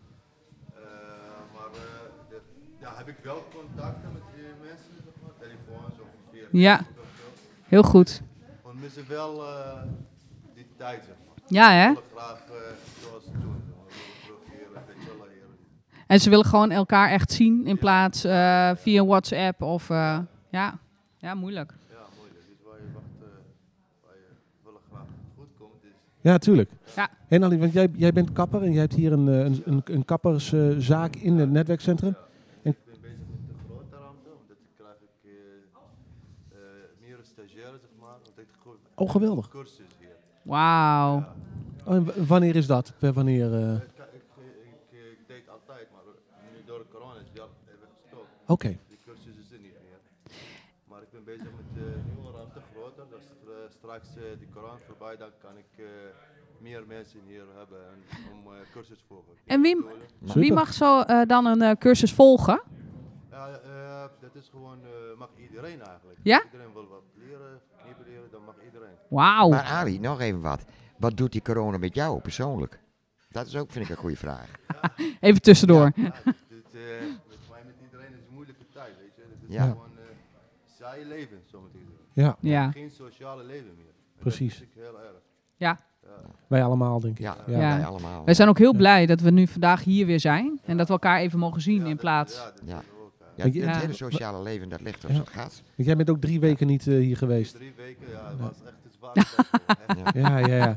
Heb ik wel contacten met die mensen, zeg maar. Telefoons of via Ja. Facebook of zo. Heel goed. Want missen wel die tijd, zeg maar. Ja, hè? Ik wil graag zoals ze doen. We willen terug hier, een beetje chillen hier. En ze willen gewoon elkaar echt zien in plaats via WhatsApp of ja, moeilijk. Ja, moeilijk. Dus waar je willen graag goed komt, is Ja, tuurlijk. Ja. En Ali, want jij bent kapper en jij hebt hier een kapperszaak in het netwerkcentrum. ik ben bezig met de grote ruimte, omdat ik krijg meer stagiaires, zeg maar. Want ik Oh, geweldig. cursus hier. Wauw. Oh, en wanneer is dat? Per wanneer? Ik deed altijd, maar nu door de corona is het even gestopt. Oké. Die cursus is er niet meer. Maar ik ben bezig met nieuwe ruimte, groter. Dus straks die corona voorbij, dan kan ik meer mensen hier hebben om cursus te volgen. En wie Super. mag zo dan een cursus volgen? Ja, dat is gewoon, mag iedereen eigenlijk. Ja? Als iedereen wil wat leren, knippen leren, dan mag iedereen. Wauw. Maar Ali, nog even wat. Wat doet die corona met jou persoonlijk? Dat is ook, vind ik, een goede vraag. Even tussendoor. Met iedereen is het een moeilijke tijd, weet je. Het is Ja. gewoon saai leven, zo moet ik zeggen. Ja, Ja. Geen sociale leven meer. En Precies. Dat vind ik heel erg. Ja. wij allemaal denk ik. Ja, Ja. Ja. wij allemaal. Wij zijn ook heel blij dat we nu vandaag hier weer zijn. En dat we elkaar even mogen zien in plaats. Ja, dat Ja. is ook. Ja, Want je- het Ja. hele sociale leven, dat ligt op Ja. zijn gat. Want jij bent ook 3 weken niet hier geweest. 3 weken, ja, het was echt een zware tijd. Echt. Ja. Ja.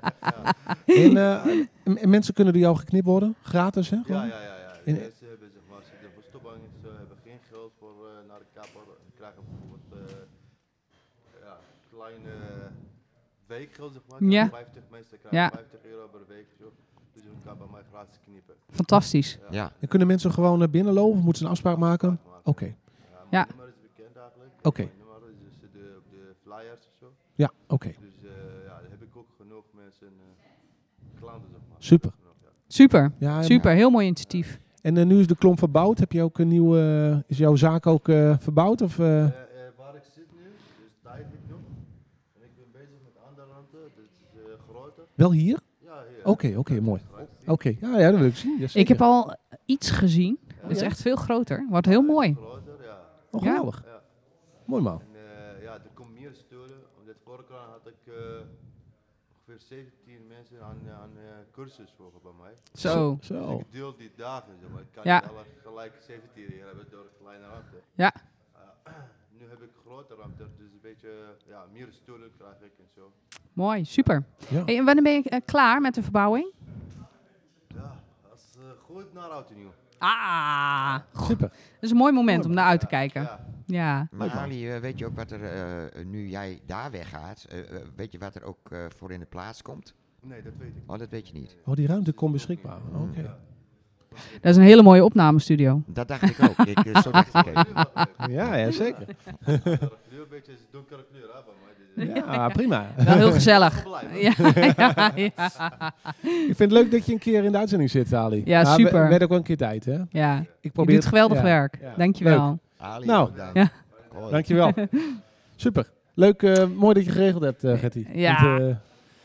En mensen kunnen door jou geknipt worden? Gratis, hè? Ja, gewoon? ja. En- Mensen hebben, zeg maar, zitten voor stopping, ze hebben geen geld voor naar de kapper. Ze krijgen bijvoorbeeld kleine weekgeld, zeg maar. Ja. 50 mensen krijgen Ja. €50 per week. Zo. Dus hun kan bij mij gratis knippen. Fantastisch. Ja. En kunnen mensen gewoon naar binnen lopen? Of moeten ze een afspraak maken? Oké. Ja, Ja. mijn nummer is bekend eigenlijk. Oké. Mijn nummer is dus op de flyers of zo. Ja, oké. Dus daar heb ik ook genoeg mensen, klanten, zeg maar. Super. Ja. Super. Ja, en- Super. Heel mooi initiatief. En nu is de klomp verbouwd. Heb je ook een nieuwe... is jouw zaak ook verbouwd? Of, Waar ik zit nu, dus tijdelijk nog. En ik ben bezig met andere ruimte, dat is groter. wel hier? Ja, hier. Oké, mooi. Oké, ja, dat wil ik zien. Ja, Ik zeker. heb al iets gezien. Het is echt veel groter. Wordt heel mooi. Groter, ja. Oh, Ja. geweldig. Ja. Mooi man. En er komen meer stoelen. Omdat vorige keer had ik ongeveer 17 mensen aan cursus volgen bij mij. Zo. Dus Zo. ik deel die dagen, zeg maar. Ik kan Ja. niet alle gelijk 17 hier hebben door een kleine ruimte. Ja. Nu heb ik grote ruimte, dus een beetje meer stoelen krijg ik en zo. Mooi. Super. Ja. Hey, en wanneer ben je klaar met de verbouwing? Ja, dat is goed naar oud en nieuw. Ah. Super. Dat is een mooi moment om naar uit te kijken. Ja. Ja. Maar Ali, weet je ook wat er, nu jij daar weggaat, weet je wat er ook voor in de plaats komt? Nee, dat weet ik. Oh, dat weet je niet. Oh, die ruimte komt beschikbaar. Oké. Dat is een hele mooie opnamestudio. Dat dacht ik ook. Zo dacht ik even. Ja, zeker. Kleur, een beetje is donkere kleur hè, bij mij. Dus, Ja, prima. Wel heel gezellig. blij, Ja, ja. Ik vind het leuk dat je een keer in de uitzending zit, Ali. Ja, Maar super. We werd ook wel een keer tijd, hè? Ja. Ik Je probeer doet geweldig ja, werk. ja. Dankjewel. Ali, Nou, ook dank. ja. Hoi. Dankjewel. Super. Leuk, mooi dat je geregeld hebt, Gertie. Ja. Want,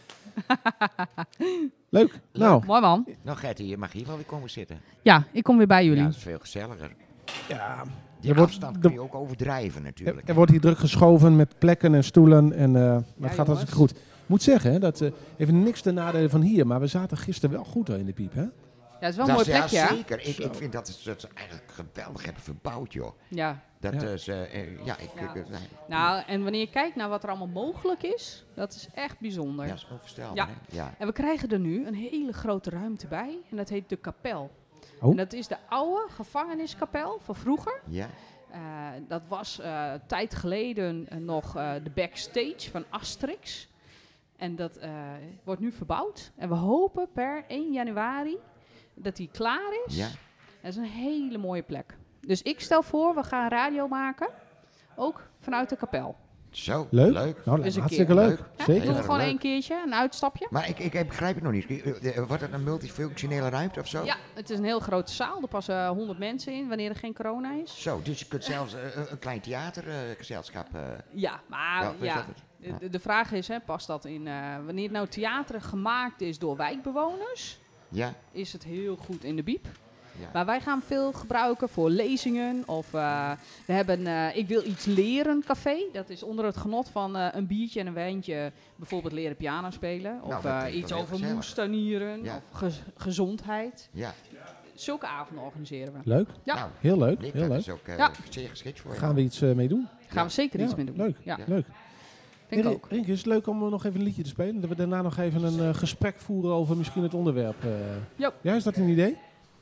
leuk. Nou, Mooi man. Nou Gertie, je mag hier wel weer komen zitten. Ja, ik kom weer bij jullie. Ja, dat is veel gezelliger. ja, Die Er wordt- afstand er- kun je ook overdrijven natuurlijk. er wordt hier druk geschoven met plekken en stoelen. En maar het gaat jongens. hartstikke goed. Ik moet zeggen, hè, dat even niks ten nadele van hier. Maar we zaten gisteren wel goed in de piep, hè? Ja, het is wel een mooi Dat is- plekje, hè? Ja, zeker. Ik vind dat ze eigenlijk geweldig hebben verbouwd, joh. Ja. Dat Ja. is, Ja. nee. Nou, en wanneer je kijkt naar wat er allemaal mogelijk is, dat is echt bijzonder. Ja, dat is onvoorstelbaar, Ja. hè? Ja. En we krijgen er nu een hele grote ruimte bij. En dat heet de kapel. Oh. En dat is de oude gevangeniskapel van vroeger. Ja. Dat was tijd geleden nog de backstage van Asterix. En dat wordt nu verbouwd. En we hopen per 1 januari dat die klaar is. Ja. Dat is een hele mooie plek. Dus ik stel voor, we gaan radio maken. Ook vanuit de kapel. Zo, Leuk. leuk. Nou, Dus een hartstikke keer. leuk. Leuk. Ja, Zeker. doen we erg gewoon leuk. 1 keertje, een uitstapje. Maar ik begrijp het nog niet. Wordt het een multifunctionele ruimte of zo? Ja, het is een heel grote zaal. Er passen 100 mensen in wanneer er geen corona is. Zo, dus je kunt zelfs een klein theatergezelschap... Ja, maar Ja, ja, is dat het? de vraag is, hè, past dat in... wanneer nou theater gemaakt is door wijkbewoners, ja, is het heel goed in de biep. ja. Maar wij gaan veel gebruiken voor lezingen. Of we hebben Ik wil iets leren café. Dat is onder het genot van een biertje en een wijntje bijvoorbeeld leren piano spelen. Of Nou, dat klinkt iets wel heel over gezellig. moestuinieren. Ja. Of gezondheid. Ja. Zulke avonden organiseren we. Leuk. Ja. Nou, Heel leuk. Nick, Heel dat leuk. is ook Ja. zeer geschikt voor je. Gaan we iets mee doen? Gaan we zeker iets Ja, mee doen. leuk. Ja, Ja. Leuk. vind ik ook. Rink, is het leuk om nog even een liedje te spelen? Dat we daarna nog even een gesprek voeren over misschien het onderwerp. Jo. Ja, is dat een idee?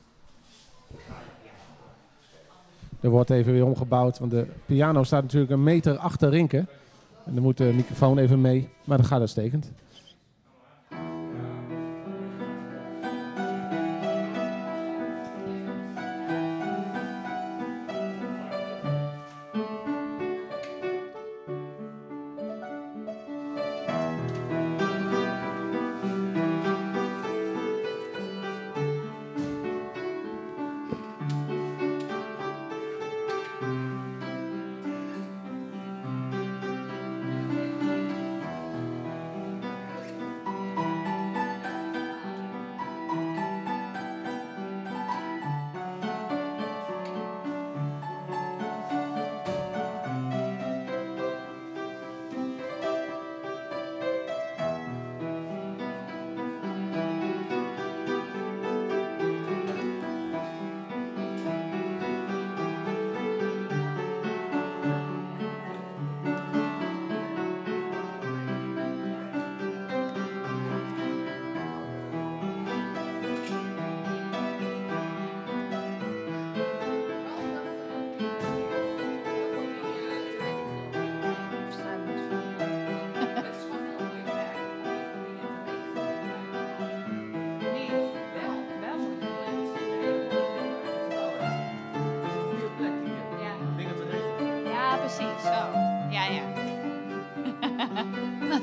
Er wordt even weer omgebouwd, want de piano staat natuurlijk een meter achter Rinke. En dan moet de microfoon even mee, maar dat gaat uitstekend.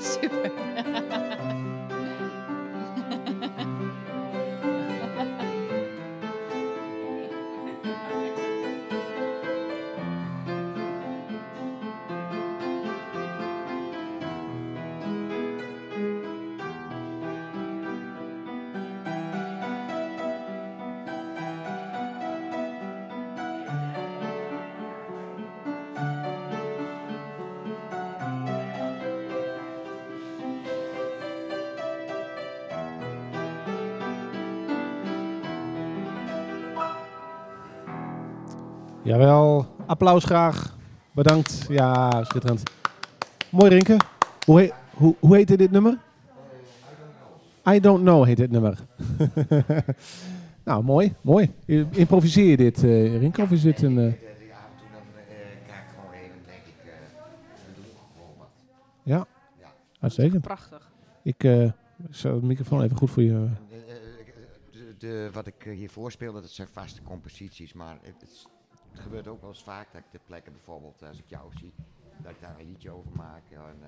Super. Jawel, applaus graag. Bedankt. Ja, schitterend. Mooi, Rinke. Hoe heette dit nummer? I Don't Know heet dit nummer. Nou, mooi. Improviseer je dit, Rinke, of is dit een... Ja, af en toe dan kijk ik gewoon even, denk ik, we doen gewoon wat. Ja, Ja. uitstekend. Prachtig. Ik zal de microfoon even goed voor je... Wat ik hier voorspeel, dat zijn vaste composities, maar het gebeurt ook wel eens vaak dat ik de plekken bijvoorbeeld, als ik jou zie, dat ik daar een liedje over maak.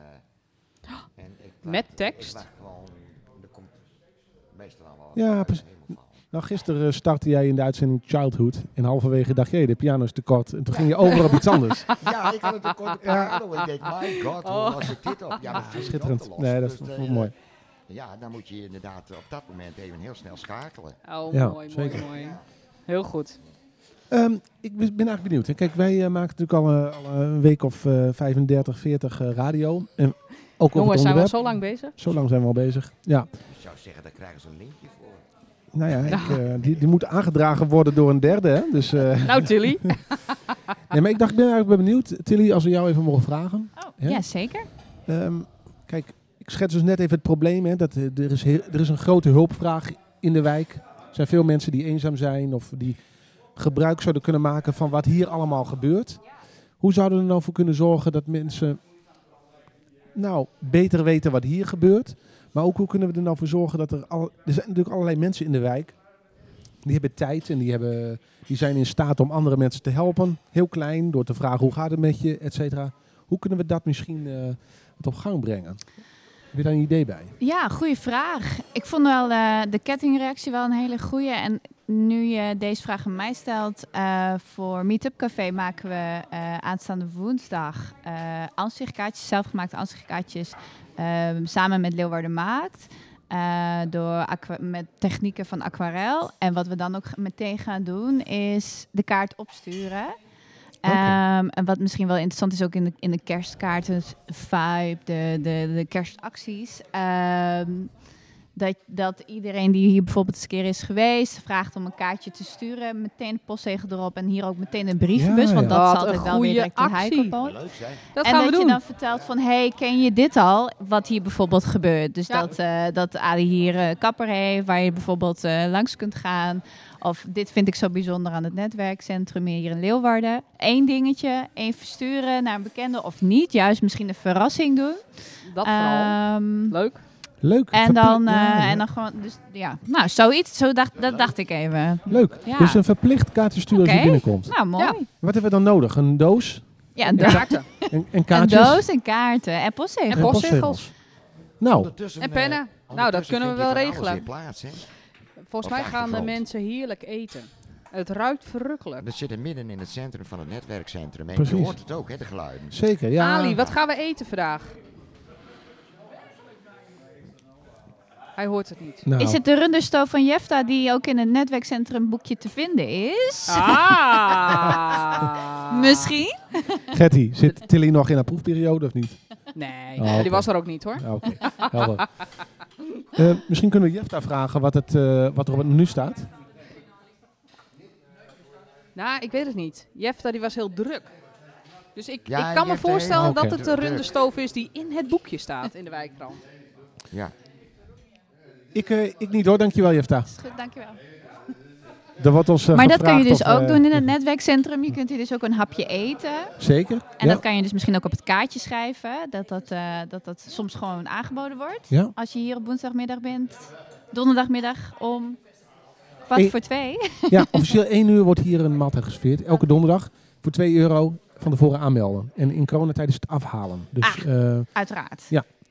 En ik Met tekst? Ik laat gewoon, er komt meestal al wel Ja, precies. Nou, gisteren startte jij in de uitzending Childhood en halverwege dacht je, de piano is te kort. En toen ging je over op iets anders. Ja, ik had het ook kort piano en ik denk, my god, hoe was ik dit op? Ja, dat vind ik ook te Schitterend. los. Nee, dat is Dus, wel mooi. Ja, dan moet je inderdaad op dat moment even heel snel schakelen. Oh, Ja, mooi, zeker. mooi. Heel goed. Ik ben eigenlijk benieuwd. Hè. Kijk, wij maken natuurlijk al een week of 35, 40 radio. En ook over Jongens, het zijn we al onderwerp. zo lang bezig? Zo lang zijn we al bezig. Ja. Ik zou zeggen, daar krijgen ze een linkje voor. Nou ja, die moet aangedragen worden door een derde. Hè? Dus, Nou, Tilly. nee, maar ik dacht, ik ben eigenlijk benieuwd. Tilly, als we jou even mogen vragen. Oh, Ja? ja, zeker. Kijk, ik schets dus net even het probleem. Hè, dat er is een grote hulpvraag in de wijk. Er zijn veel mensen die eenzaam zijn of die gebruik zouden kunnen maken van wat hier allemaal gebeurt. Hoe zouden we er nou voor kunnen zorgen dat mensen beter weten wat hier gebeurt? Maar ook hoe kunnen we er nou voor zorgen dat er zijn natuurlijk allerlei mensen in de wijk. Die hebben tijd en die zijn in staat om andere mensen te helpen. Heel klein, door te vragen hoe gaat het met je, et cetera. Hoe kunnen we dat misschien wat op gang brengen? Heb je daar een idee bij? Ja, goede vraag. Ik vond wel de kettingreactie wel een hele goede. En nu je deze vraag aan mij stelt, voor Meetup Café maken we aanstaande woensdag ansichtkaartjes, zelfgemaakte ansichtkaartjes, samen met Leeuwarden Maakt. Met technieken van aquarel. En wat we dan ook meteen gaan doen, is de kaart opsturen. En wat misschien wel interessant is, ook in de kerstkaarten vibe, de kerstacties. Dat iedereen die hier bijvoorbeeld eens een keer is geweest, vraagt om een kaartje te sturen, meteen de postzegel erop en hier ook meteen een brievenbus, Ja, want ja. dat is Wat altijd een wel weer goede direct een actie. hyperpoot. Leuk zijn. Dat En gaan dat we je doen. dan vertelt van, hey, ken je dit al? Wat hier bijvoorbeeld gebeurt. Dus Ja. dat Ali hier kapper heeft, waar je bijvoorbeeld langs kunt gaan. Of dit vind ik zo bijzonder aan het netwerkcentrum hier in Leeuwarden. Eén dingetje, één versturen naar een bekende of niet. Juist misschien een verrassing doen. Dat vooral. Leuk. Leuk. En dan, Ja. en dan gewoon, dus ja, nou zoiets, dat dacht ik even. Leuk. Ja. Dus een verplicht kaartje sturen als je Oké. binnenkomt. Nou, mooi. Ja. Wat hebben we dan nodig? Een doos? Ja, een Kaarten. En Een kaartjes? doos en kaarten en postzegels. En postzegels. Nou, Ondertussen, En pennen. ondertussen Nou, dat kunnen we vind je wel van alles regelen. in plaats, hè? Volgens Op mij de gaan de achtergrond. mensen heerlijk eten. Het ruikt verrukkelijk. We zitten midden in het centrum van het netwerkcentrum. En Precies. je hoort het ook, hè, de geluiden. zeker. Ja. Ali, wat gaan we eten vandaag? Hij hoort het niet. Nou, Is het de runderstoof van Jefta die ook in het netwerkcentrum boekje te vinden is? Ah! Misschien? Gertie, zit Tilly nog in haar proefperiode of niet? Nee, Oh, oké. die was er ook niet hoor. Ja, oké. Helder. Misschien kunnen we Jefta vragen wat er op het menu staat. Nou, ik weet het niet. Jefta die was heel druk. Dus ik Ja, kan me Jefta voorstellen heeft- dat Oké. het de runderstoof is die in het boekje staat in de wijkkrant. Ja. Ik niet hoor, dankjewel Jefta. Goed, dankjewel. Er wordt ons Maar dat kan je gevraagd dus of, ook doen in het netwerkcentrum. Je kunt hier dus ook een hapje eten. Zeker. En ja. dat kan je dus misschien ook op het kaartje schrijven. Dat soms gewoon aangeboden wordt. Ja. Als je hier op woensdagmiddag bent. Donderdagmiddag om Hey. 2:15. Ja, officieel 1 uur wordt hier een maaltijd geserveerd. Elke donderdag voor €2 van tevoren aanmelden. En in coronatijd is het afhalen. Dus Uiteraard. Ja.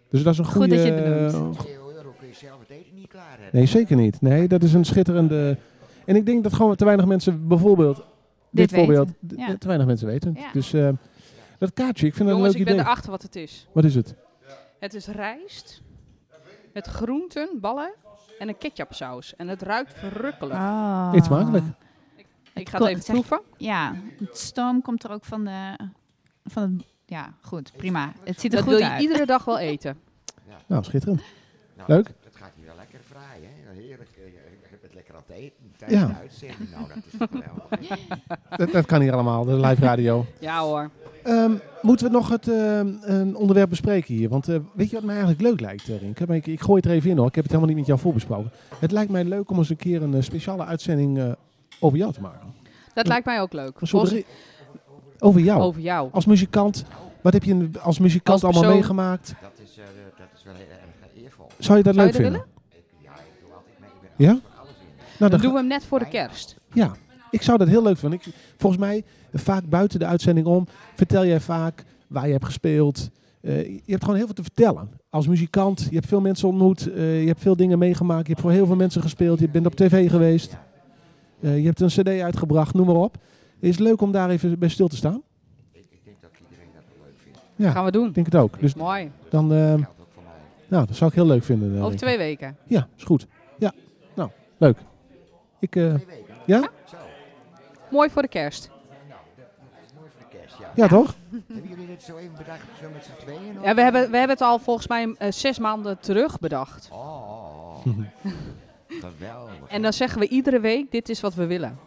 Dus dat is een Goed goede... dat je het benoemt. €2 kun je zelf het eten niet klaar hebben. nee, zeker niet. Nee, dat is een schitterende... En ik denk dat gewoon te weinig mensen bijvoorbeeld... Dit voorbeeld Ja. te weinig mensen weten. Ja. Dus dat kaartje, ik vind dat Jongens, een ik leuk ben idee. erachter wat het is. Wat is het? Het is rijst met groenten, ballen en een ketchupsaus. En het ruikt verrukkelijk. Oh. Eet smakelijk. Ik ga het even zeg- proeven. Ja, het stoom komt er ook van het... Ja, goed, prima. Het ziet er Dat goed wil je uit. iedere dag wel eten. Nou, schitterend. Nou, Leuk. Dat gaat hier wel lekker vrij, hè? Heerlijk. Je hebt het lekker aan het eten tijdens Ja. de uitzending. Nou, dat is toch geweldig. Dat kan hier allemaal, de live radio. Ja hoor. Moeten we nog een onderwerp bespreken hier? Want weet je wat mij eigenlijk leuk lijkt, Rinke? Maar ik gooi het er even in hoor. Ik heb het helemaal niet met jou voorbesproken. Het lijkt mij leuk om eens een keer een speciale uitzending over jou te maken. Dat lijkt mij ook leuk. Een soort over jou. Over jou. Als muzikant. Wat heb je als muzikant Als allemaal persoon. meegemaakt? Dat is wel heel erg eervol. Zou je dat Zou leuk je dat vinden? Ik doe altijd mee. Ik ben Ja? altijd voor alles in. Nou, Dan dan doen we hem net voor de kerst. Ja, ik zou dat heel leuk vinden. Volgens mij, vaak buiten de uitzending om, vertel jij vaak waar je hebt gespeeld. Je hebt gewoon heel veel te vertellen. Als muzikant, je hebt veel mensen ontmoet. Je hebt veel dingen meegemaakt. Je hebt voor heel veel mensen gespeeld. Je bent op tv geweest. Je hebt een cd uitgebracht, noem maar op. Is het leuk om daar even bij stil te staan? Ik denk dat iedereen dat wel leuk vindt. Ja, Gaan we doen. ik denk het ook. Dus Mooi. dan, Geldt ook voor mij. nou, dat zou ik heel leuk vinden. Over Rick. 2 weken. Ja, is goed. Ja, nou, leuk. Ik, 2 weken. ja? Zo. Mooi voor de kerst. Nou, dat is mooi voor de kerst, ja. Ja, toch? Hebben jullie dit zo even bedacht, zo met z'n tweeën? Ja, we hebben het al volgens mij 6 maanden terug bedacht. Oh, geweldig. En dan zeggen we iedere week, dit is wat we willen.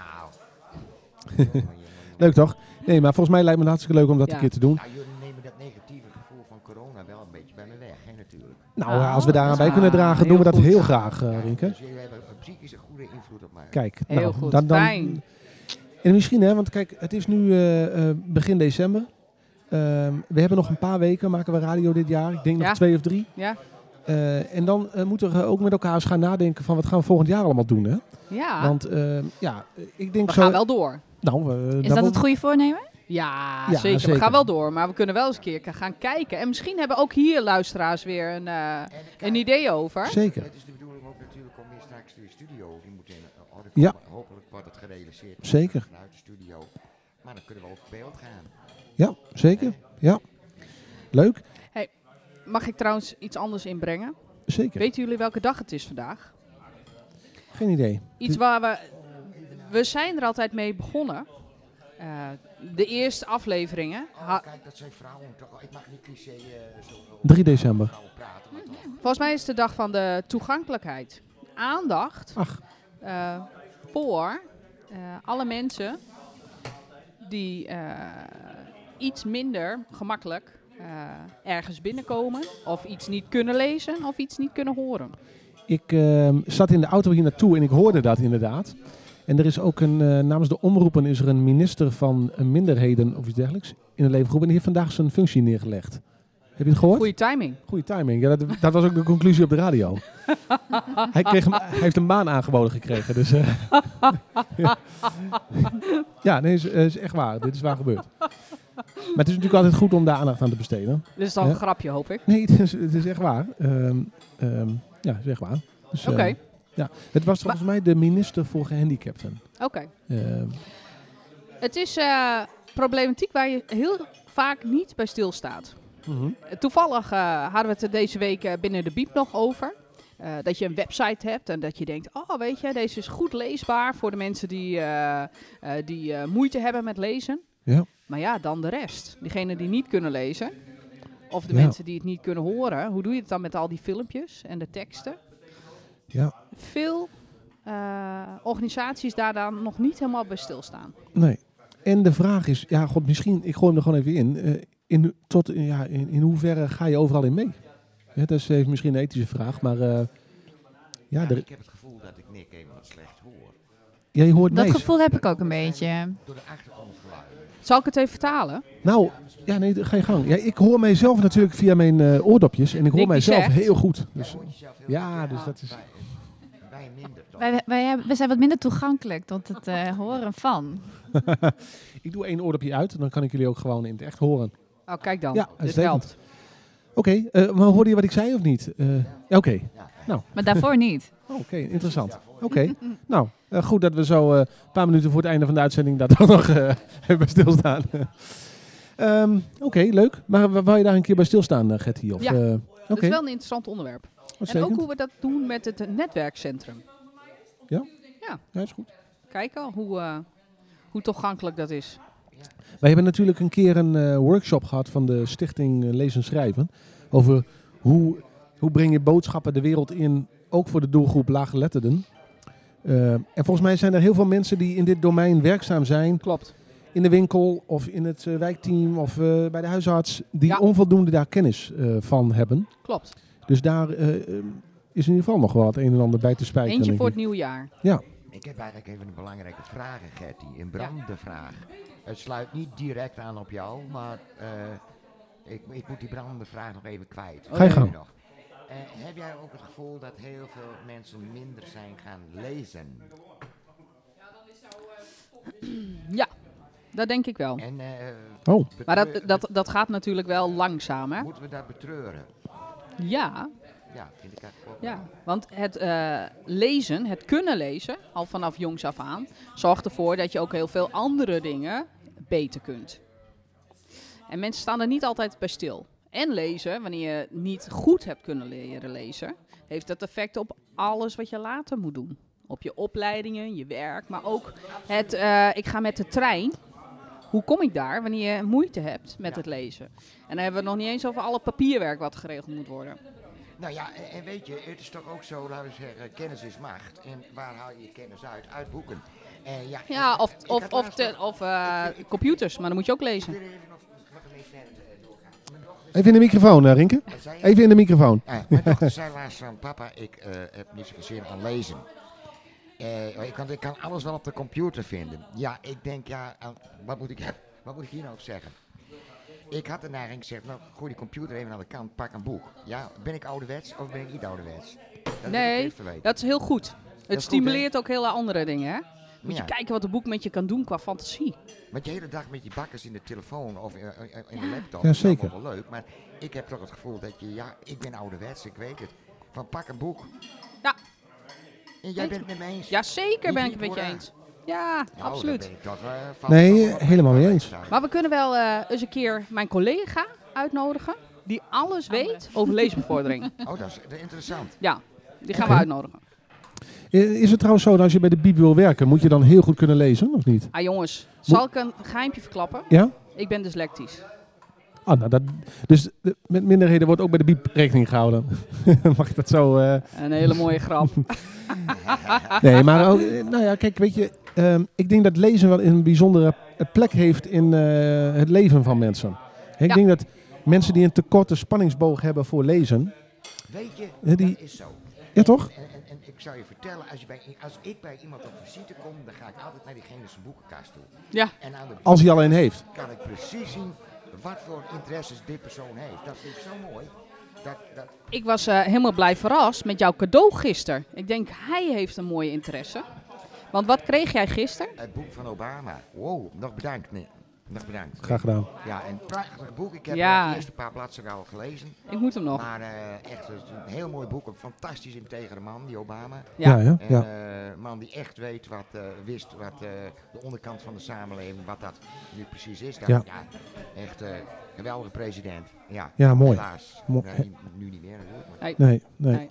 Nou. Leuk toch? Nee, maar volgens mij lijkt me het hartstikke leuk om dat Ja. een keer te doen. Nou, jullie nemen dat negatieve gevoel van corona wel een beetje bij me weg, hè, natuurlijk. Nou, Oh, als we daaraan dat bij is kunnen waar. dragen, doen we Heel dat goed. heel graag, Rinke. Dus jullie hebben een psychische goede invloed op mij. Kijk, Heel nou, goed, dan, fijn. En misschien, hè, want kijk, het is nu begin december. We hebben nog een paar weken, maken we radio dit jaar. Ik denk nog Ja. 2 of 3. Ja? En dan moeten we ook met elkaar eens gaan nadenken van wat gaan we volgend jaar allemaal doen, hè? Ja, Want ja, ik denk we zo... gaan wel door. Nou, Is dat het goede voornemen? Ja, Ja, zeker. zeker. We gaan wel door, maar we kunnen wel eens een keer gaan kijken. En misschien hebben ook hier luisteraars weer een idee over. Zeker, Het is de bedoeling ook natuurlijk om hier straks de studio, die moet in orde Ja. komen. Hopelijk wordt het gerealiseerd. Zeker. Vanuit de studio. Maar dan kunnen we ook op beeld gaan. Ja, zeker. Ja. Leuk. Mag ik trouwens iets anders inbrengen? Zeker. Weten jullie welke dag het is vandaag? Geen idee. Iets waar we zijn er altijd mee begonnen. De eerste afleveringen. Kijk, dat zijn vrouwen toch. Ik mag niet cliché zo 3 december. vrouwen praten. Maar toch. Volgens mij is het de dag van de toegankelijkheid. Aandacht Ach, voor alle mensen die iets minder gemakkelijk ergens binnenkomen. Of iets niet kunnen lezen of iets niet kunnen horen. ik zat in de auto hier naartoe en ik hoorde dat inderdaad. En er is ook namens de omroepen is er een minister van minderheden of iets dergelijks in de leven geroepen. En die heeft vandaag zijn functie neergelegd. Heb je het gehoord? Goeie timing. Goeie timing. Ja, dat was ook de conclusie op de radio. Hij heeft een baan aangeboden gekregen. Dus, ja, nee, is echt waar. Dit is waar gebeurd. Maar het is natuurlijk altijd goed om daar aandacht aan te besteden. Dit is dan Ja. een grapje, hoop ik. Nee, het is echt waar. Ja, het is echt waar. Dus, Oké. ja. Het was volgens mij de minister voor gehandicapten. Oké. Ehm, Het is problematiek waar je heel vaak niet bij stilstaat. Toevallig hadden we het er deze week binnen de Biep nog over. Dat je een website hebt en dat je denkt, oh weet je, deze is goed leesbaar voor de mensen die moeite hebben met lezen. Ja. Maar ja, dan de rest. Diegenen die niet kunnen lezen. Of de Ja. mensen die het niet kunnen horen. Hoe doe je het dan met al die filmpjes en de teksten? Ja, Veel organisaties daar dan nog niet helemaal bij stilstaan. nee. En de vraag is, ja, god, misschien, ik gooi hem er gewoon even in. In hoeverre ga je overal in mee? Ja, dat is even misschien een ethische vraag, maar Ja, er- ik heb het gevoel dat ik Nick even wat slecht hoor. ja, je hoort Dat mij. gevoel heb ik ook een beetje. Door de achtergrondgeluiden. Zal ik het even vertalen? Nou, ja, nee, ga je gang. Ja, ik hoor mijzelf natuurlijk via mijn oordopjes en ik hoor Nick die mijzelf zegt- heel goed. Ja, Dus, hoor je zelf heel ja, goed. dus dat is... Wij minder toch? We zijn wat minder toegankelijk tot het horen van. Ik doe 1 oordopje uit en dan kan ik jullie ook gewoon in het echt horen. Oh, kijk dan. Ja, Dit uitstekend. helpt. Oké, maar hoorde je wat ik zei of niet? Ja, oké. Maar daarvoor niet. Oké, interessant. Oké. Nou, goed dat we zo een paar minuten voor het einde van de uitzending daar toch nog bij stilstaan. Oké, leuk. Maar wou je daar een keer bij stilstaan, Gertie? Of, Ja, oké. Dat is wel een interessant onderwerp. En ook Uitstekend. hoe we dat doen met het netwerkcentrum. Ja? Ja. Ja, is goed. Kijken hoe toegankelijk dat is. Wij hebben natuurlijk een keer een workshop gehad van de stichting Lezen Schrijven. Over hoe breng je boodschappen de wereld in, ook voor de doelgroep laaggeletterden. En volgens mij zijn er heel veel mensen die in dit domein werkzaam zijn. Klopt. In de winkel of in het wijkteam of bij de huisarts. Die Ja. onvoldoende daar kennis van hebben. Klopt. Dus daar is in ieder geval nog wel het een en ander bij te spijkeren. Eentje denk voor ik. het nieuwe jaar. Ja, Ik heb eigenlijk even een belangrijke vraag, Gertie. Een brandende vraag. Het sluit niet direct aan op jou, maar ik moet die brandende vraag nog even kwijt. Ga je gang. Nog. Heb jij ook het gevoel dat heel veel mensen minder zijn gaan lezen? Ja, dat denk ik wel. En, Oh. Maar dat gaat natuurlijk wel langzaam, hè? Moeten we dat betreuren? Ja, Ja, vind ik eigenlijk ook. ja. Want het lezen, het kunnen lezen, al vanaf jongs af aan, zorgt ervoor dat je ook heel veel andere dingen beter kunt. En mensen staan er niet altijd bij stil. En lezen, wanneer je niet goed hebt kunnen leren lezen, heeft dat effect op alles wat je later moet doen. Op je opleidingen, je werk, maar ook het, ik ga met de trein. Hoe kom ik daar wanneer je moeite hebt met het lezen? En dan hebben we het nog niet eens over alle papierwerk wat geregeld moet worden. Nou ja, en weet je, het is toch ook zo, laten we zeggen, kennis is macht. En waar haal je je kennis uit? Uit boeken. Ja, ik had laatst computers, maar dan moet je ook lezen. Ik wil even nog een beetje verder doorgaan. Mijn dochter Even in de microfoon, Rinke. Wat zei je? Even in de microfoon. Mijn dochter zei laatst van, papa, ik heb niet zoveel zin aan lezen. Ik kan alles wel op de computer vinden. Ja, ik denk, wat moet ik hier nou op zeggen? Ik had de neiging gezegd, nou, gooi die computer even aan de kant, pak een boek. Ja, ben ik ouderwets of ben ik niet ouderwets? Dat wil ik Nee, even weten. dat is heel goed. is Het goed, stimuleert ook hele andere dingen, hè? Moet Ja. je kijken wat een boek met je kan doen qua fantasie. Want je hele dag met je bakkers in de telefoon of in de laptop, Ja, is zeker. allemaal wel leuk. Maar ik heb toch het gevoel dat ik ben ouderwets, ik weet het. Van pak een boek. Ja. En jij bent het met me eens? Ja, zeker ben ik het Niet met je hoor, eens. Ja, Nou, absoluut. dan ben ik toch, valt Nee, het toch wel helemaal op. mee eens. Maar we kunnen wel eens een keer mijn collega uitnodigen die alles weet over leesbevordering. Oh, dat is interessant. Ja, die gaan Oké. we uitnodigen. Is het trouwens zo dat als je bij de Biep wil werken, moet je dan heel goed kunnen lezen, of niet? Ah jongens, zal ik een geheimpje verklappen? Ja? Ik ben dyslectisch. Ah, nou, dus met minderheden wordt ook bij de Biep rekening gehouden. Mag ik dat zo... Een hele mooie grap. Nee, maar ook, nou ja, kijk, weet je, ik denk dat lezen wel een bijzondere plek heeft in het leven van mensen. Ik Ja. denk dat mensen die een te korte spanningsboog hebben voor lezen, Weet je, die- dat is zo. ja toch? En ik zou je vertellen, als ik bij iemand op visite kom, dan ga ik altijd naar diegene zijn boekenkast toe. Ja, En aan de Als hij al een heeft. kan ik precies zien wat voor interesses dit persoon heeft. Dat vind ik zo mooi. Dat, ik was helemaal blij verrast met jouw cadeau gisteren. Ik denk, hij heeft een mooie interesse. Want wat kreeg jij gisteren? het boek van Obama. Wow, nog bedankt. Nee, nog bedankt. Graag gedaan. Ja, een prachtig boek. Ik heb Ja. de eerste paar bladzijden al gelezen. Ik moet hem nog. Maar echt een heel mooi boek. Een fantastisch integere man, die Obama. Ja. Ja, En ja. een man die echt weet wist wat de onderkant van de samenleving, wat dat nu precies is. Ja. Echt geweldige president. Ja, Ja, mooi. Helaas. Mo- Nu niet meer natuurlijk. Maar Nee. Nee.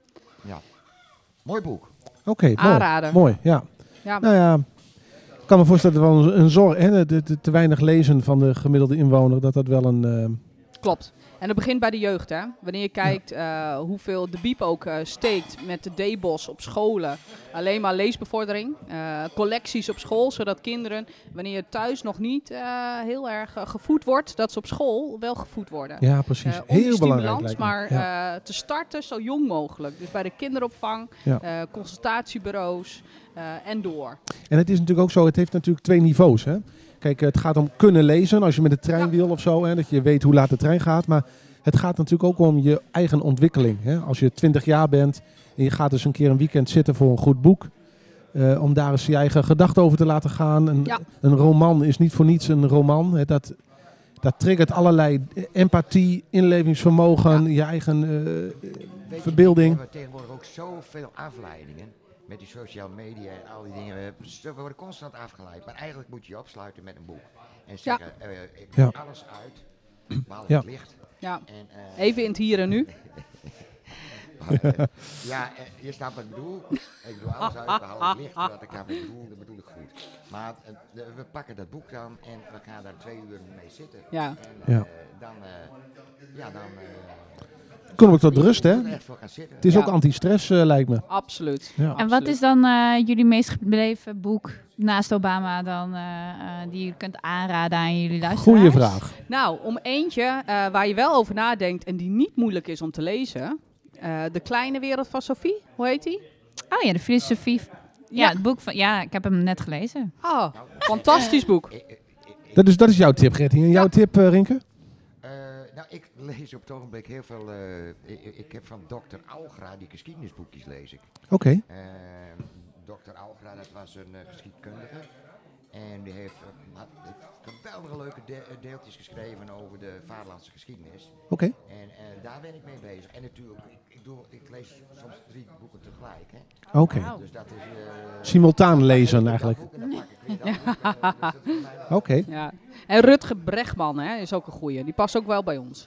mooi boek. Oké, mooi. Aanraden. Mooi, ja. Ja, Nou ja, ik kan me voorstellen dat wel een zorg, hè, te weinig lezen van de gemiddelde inwoner, dat wel een... klopt. En dat begint bij de jeugd, hè. Wanneer je kijkt hoeveel de Biep ook steekt met de D-bos op scholen. Alleen maar leesbevordering. Collecties op school, zodat kinderen, wanneer je thuis nog niet heel erg gevoed wordt, dat ze op school wel gevoed worden. Ja, precies. Om die Heel belangrijk stimulans lijkt me. maar Ja. te starten zo jong mogelijk. Dus bij de kinderopvang, Ja. consultatiebureaus en door. En het is natuurlijk ook zo, het heeft natuurlijk 2 niveaus. Hè? Kijk, het gaat om kunnen lezen als je met de trein wil of zo, hè, dat je weet hoe laat de trein gaat. Maar het gaat natuurlijk ook om je eigen ontwikkeling. Hè? Als je 20 jaar bent en je gaat dus een keer een weekend zitten voor een goed boek. Om daar eens je eigen gedachten over te laten gaan. Ja. Een roman is niet voor niets een roman. Hè? dat triggert allerlei empathie, inlevingsvermogen, je eigen Weet je, verbeelding. we hebben tegenwoordig ook zoveel afleidingen. Met die sociale media en al die dingen. We worden constant afgeleid. Maar eigenlijk moet je je opsluiten met een boek. En zeggen, ik Ja. doe alles uit. Behalve Ja. het licht. Ja. En, Even in het hier en nu. je snapt wat ik bedoel. Ik doe alles uit, behalve het licht. Wat ik daarmee bedoel, dat bedoel ik goed. Maar we pakken dat boek dan en we gaan daar 2 uur mee zitten. Ja. En Ja. dan Kom ik tot rust, hè? moet er echt voor gaan zitten. Het is Ja. ook anti-stress, lijkt me. Absoluut. Ja. En wat is dan jullie meest gebleven boek naast Obama dan die je kunt aanraden aan jullie luisteraars? Goeie vraag. Nou, om eentje waar je wel over nadenkt en die niet moeilijk is om te lezen. De kleine wereld van Sophie, hoe heet die? Oh ja, de filosofie. Ja, het boek van. Ja, ik heb hem net gelezen. Oh, fantastisch boek. Dat is jouw tip, Gertie. En jouw tip, Rinke? Nou, ik lees op het ogenblik heel veel. Ik heb van Dr. Algra die geschiedenisboekjes lees ik. Oké. Dr. Algra, dat was een geschiedkundige. En die heeft geweldige leuke deeltjes geschreven over de vaderlandse geschiedenis. Oké. En daar ben ik mee bezig. En natuurlijk, ik lees soms 3 boeken tegelijk. Hè. Oké. Dus dat is... Simultaan lezen eigenlijk. Dat boek en dan pak ik weer dat boek. Dus dat is voor mij wel- Oké. Ja. En Rutger Bregman hè, is ook een goeie. Die past ook wel bij ons.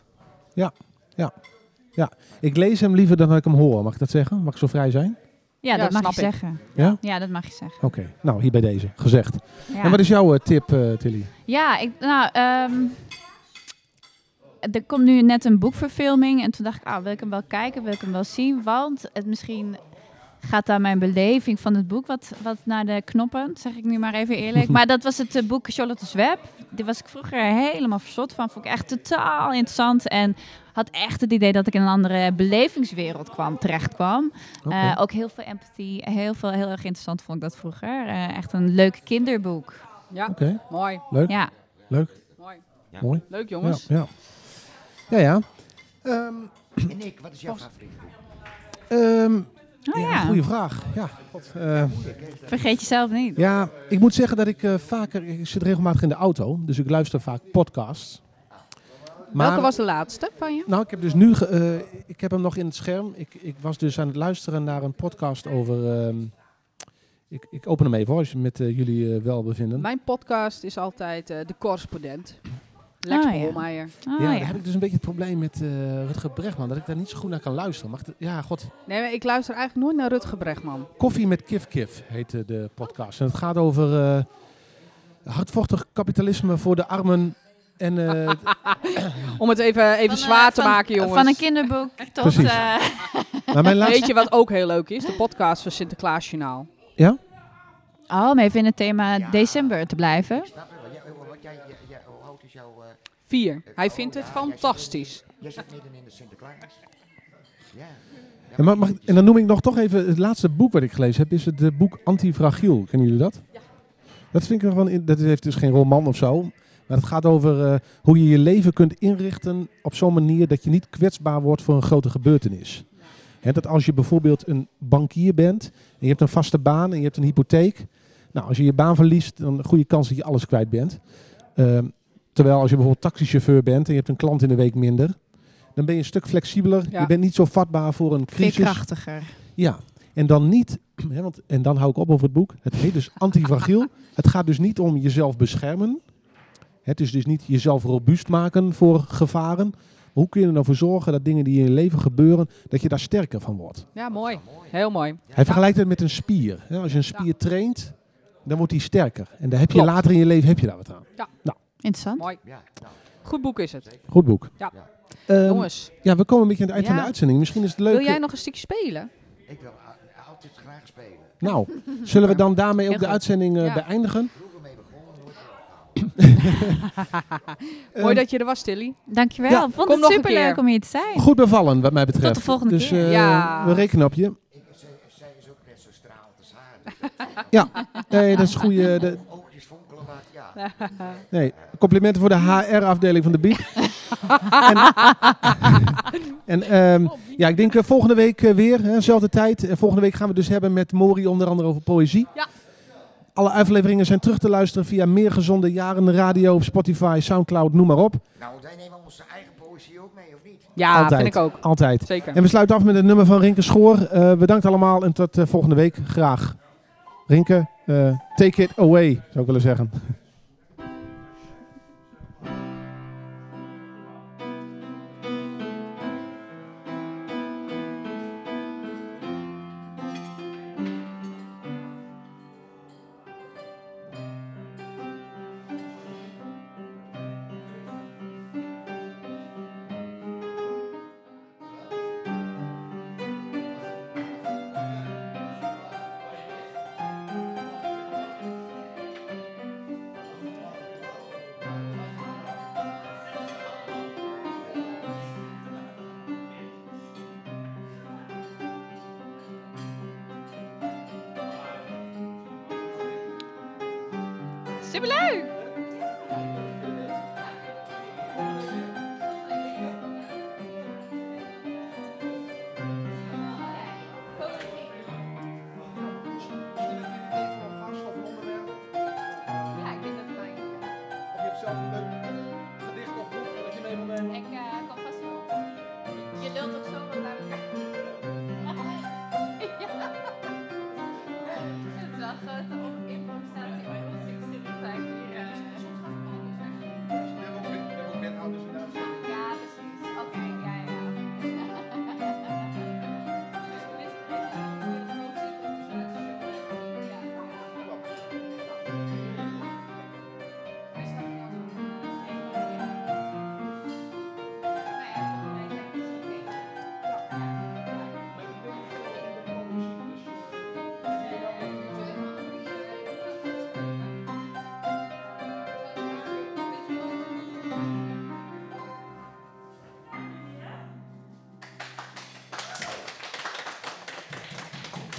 Ik lees hem liever dan dat ik hem hoor. Mag ik dat zeggen? Mag ik zo vrij zijn? Ja, dat mag snap je ik. zeggen. Ja? Ja, dat mag je zeggen. Oké. Nou, hier bij deze. Gezegd. Ja. En wat is jouw tip, Tilly? Ja, er komt nu net een boekverfilming. En toen dacht ik, wil ik hem wel kijken, wil ik hem wel zien. Want het misschien gaat daar mijn beleving van het boek wat naar de knoppen. Zeg ik nu maar even eerlijk. Maar dat was het boek Charlotte's Web. Daar was ik vroeger helemaal verzot van. Vond ik echt totaal interessant. En had echt het idee dat ik in een andere belevingswereld terecht kwam. Oké. Ook heel veel empathie. Heel erg interessant vond ik dat vroeger. Echt een leuk kinderboek. Ja, Oké. mooi. Leuk. Ja. Leuk. Mooi. Mooi. Leuk Ja. jongens. Ja. Ja. En Nick, wat is jouw favoriete boek? Oh ja, ja. goede vraag. Ja, God, Vergeet jezelf niet. ja, ik moet zeggen dat ik ik zit regelmatig in de auto, dus ik luister vaak podcasts. Welke was de laatste van je? Nou, ik heb dus nu, ik heb hem nog in het scherm. Ik was dus aan het luisteren naar een podcast over, ik open hem even hoor, als je met jullie welbevinden. Mijn podcast is altijd De Correspondent. Lex Oh, ja. Bolmeijer. Oh, ja, ja. daar heb ik dus een beetje het probleem met Rutger Bregman, dat ik daar niet zo goed naar kan luisteren. Ja, god. Nee, maar ik luister eigenlijk nooit naar Rutger Bregman. Koffie met Kif Kif heet de podcast. En het gaat over hardvochtig kapitalisme voor de armen. En, Om het even zwaar te maken, jongens. Van een kinderboek tot... Precies. maar mijn laatste... Weet je wat ook heel leuk is? De podcast van Sinterklaasjournaal. Ja? om even in het thema december te blijven. Snap je? Hoe oud is jouw... 4. Hij vindt het fantastisch. Jij zit midden in de Sinterklaas. Ja. En dan noem ik nog toch even het laatste boek wat ik gelezen heb, is het boek Antifragiel. Kennen jullie dat? Ja. Dat vind ik nog wel, dat heeft dus geen roman of zo. Maar het gaat over hoe je je leven kunt inrichten op zo'n manier dat je niet kwetsbaar wordt voor een grote gebeurtenis. Hè, dat als je bijvoorbeeld een bankier bent en je hebt een vaste baan en je hebt een hypotheek. Nou, als je je baan verliest, dan een goede kans dat je alles kwijt bent. Terwijl als je bijvoorbeeld taxichauffeur bent en je hebt een klant in de week minder, dan ben je een stuk flexibeler. Ja. Je bent niet zo vatbaar voor een crisis. Veerkrachtiger. Ja, en dan niet, en dan hou ik op over het boek. Het heet dus Antifragiel. Het gaat dus niet om jezelf beschermen. Het is dus niet jezelf robuust maken voor gevaren. Maar hoe kun je er nou voor zorgen dat dingen die in je leven gebeuren, dat je daar sterker van wordt? Ja, mooi. Heel mooi. Hij vergelijkt het met een spier. Als je een spier traint, dan wordt die sterker. En daar heb je Klopt. later in je leven heb je daar wat aan. Interessant. Mooi. Ja, nou, Goed boek is het. Goed boek. Ja. Ehm, Jongens, ja, we komen een beetje aan het eind van de Ja. uitzending. Misschien is het leuk. wil jij nog een stukje spelen? ik wil altijd graag spelen. Nou, zullen we dan daarmee ook Heel de goed. uitzending Ja. beëindigen? Vroeger mee begonnen, nooit Mooi dat je er was, Tilly. Dankjewel. Ja. Vond Kom het nog een superleuk keer. om hier te zijn. Goed bevallen, wat mij betreft. Tot de volgende dus, keer. Ja. we rekenen op je. zij is ook net zo stralend als haar. Nee, dat is goede. Oogjes fonkelen, maar ja. Nee, complimenten voor de HR-afdeling van de Biep. Ja, ik denk volgende week weer, zelfde tijd. En volgende week gaan we dus hebben met Mori onder andere over poëzie. Ja. Alle afleveringen zijn terug te luisteren via Meer Gezonde Jaren Radio op Spotify, Soundcloud, noem maar op. Nou, wij nemen onze eigen poëzie ook mee, of niet? Ja, Altijd. vind ik ook. Altijd. Zeker. En we sluiten af met het nummer van Rinke Schoor. Bedankt allemaal en tot volgende week. Graag. Rinke, take it away, zou ik willen zeggen. Superleuk! Ja, ik denk dat het leuk is. Of je hebt zelf een leuk gedicht of boek dat je mee wil nemen? Ik kan vast wel. Je lult toch zo wat naar elkaar. Ja. Het is wel groot.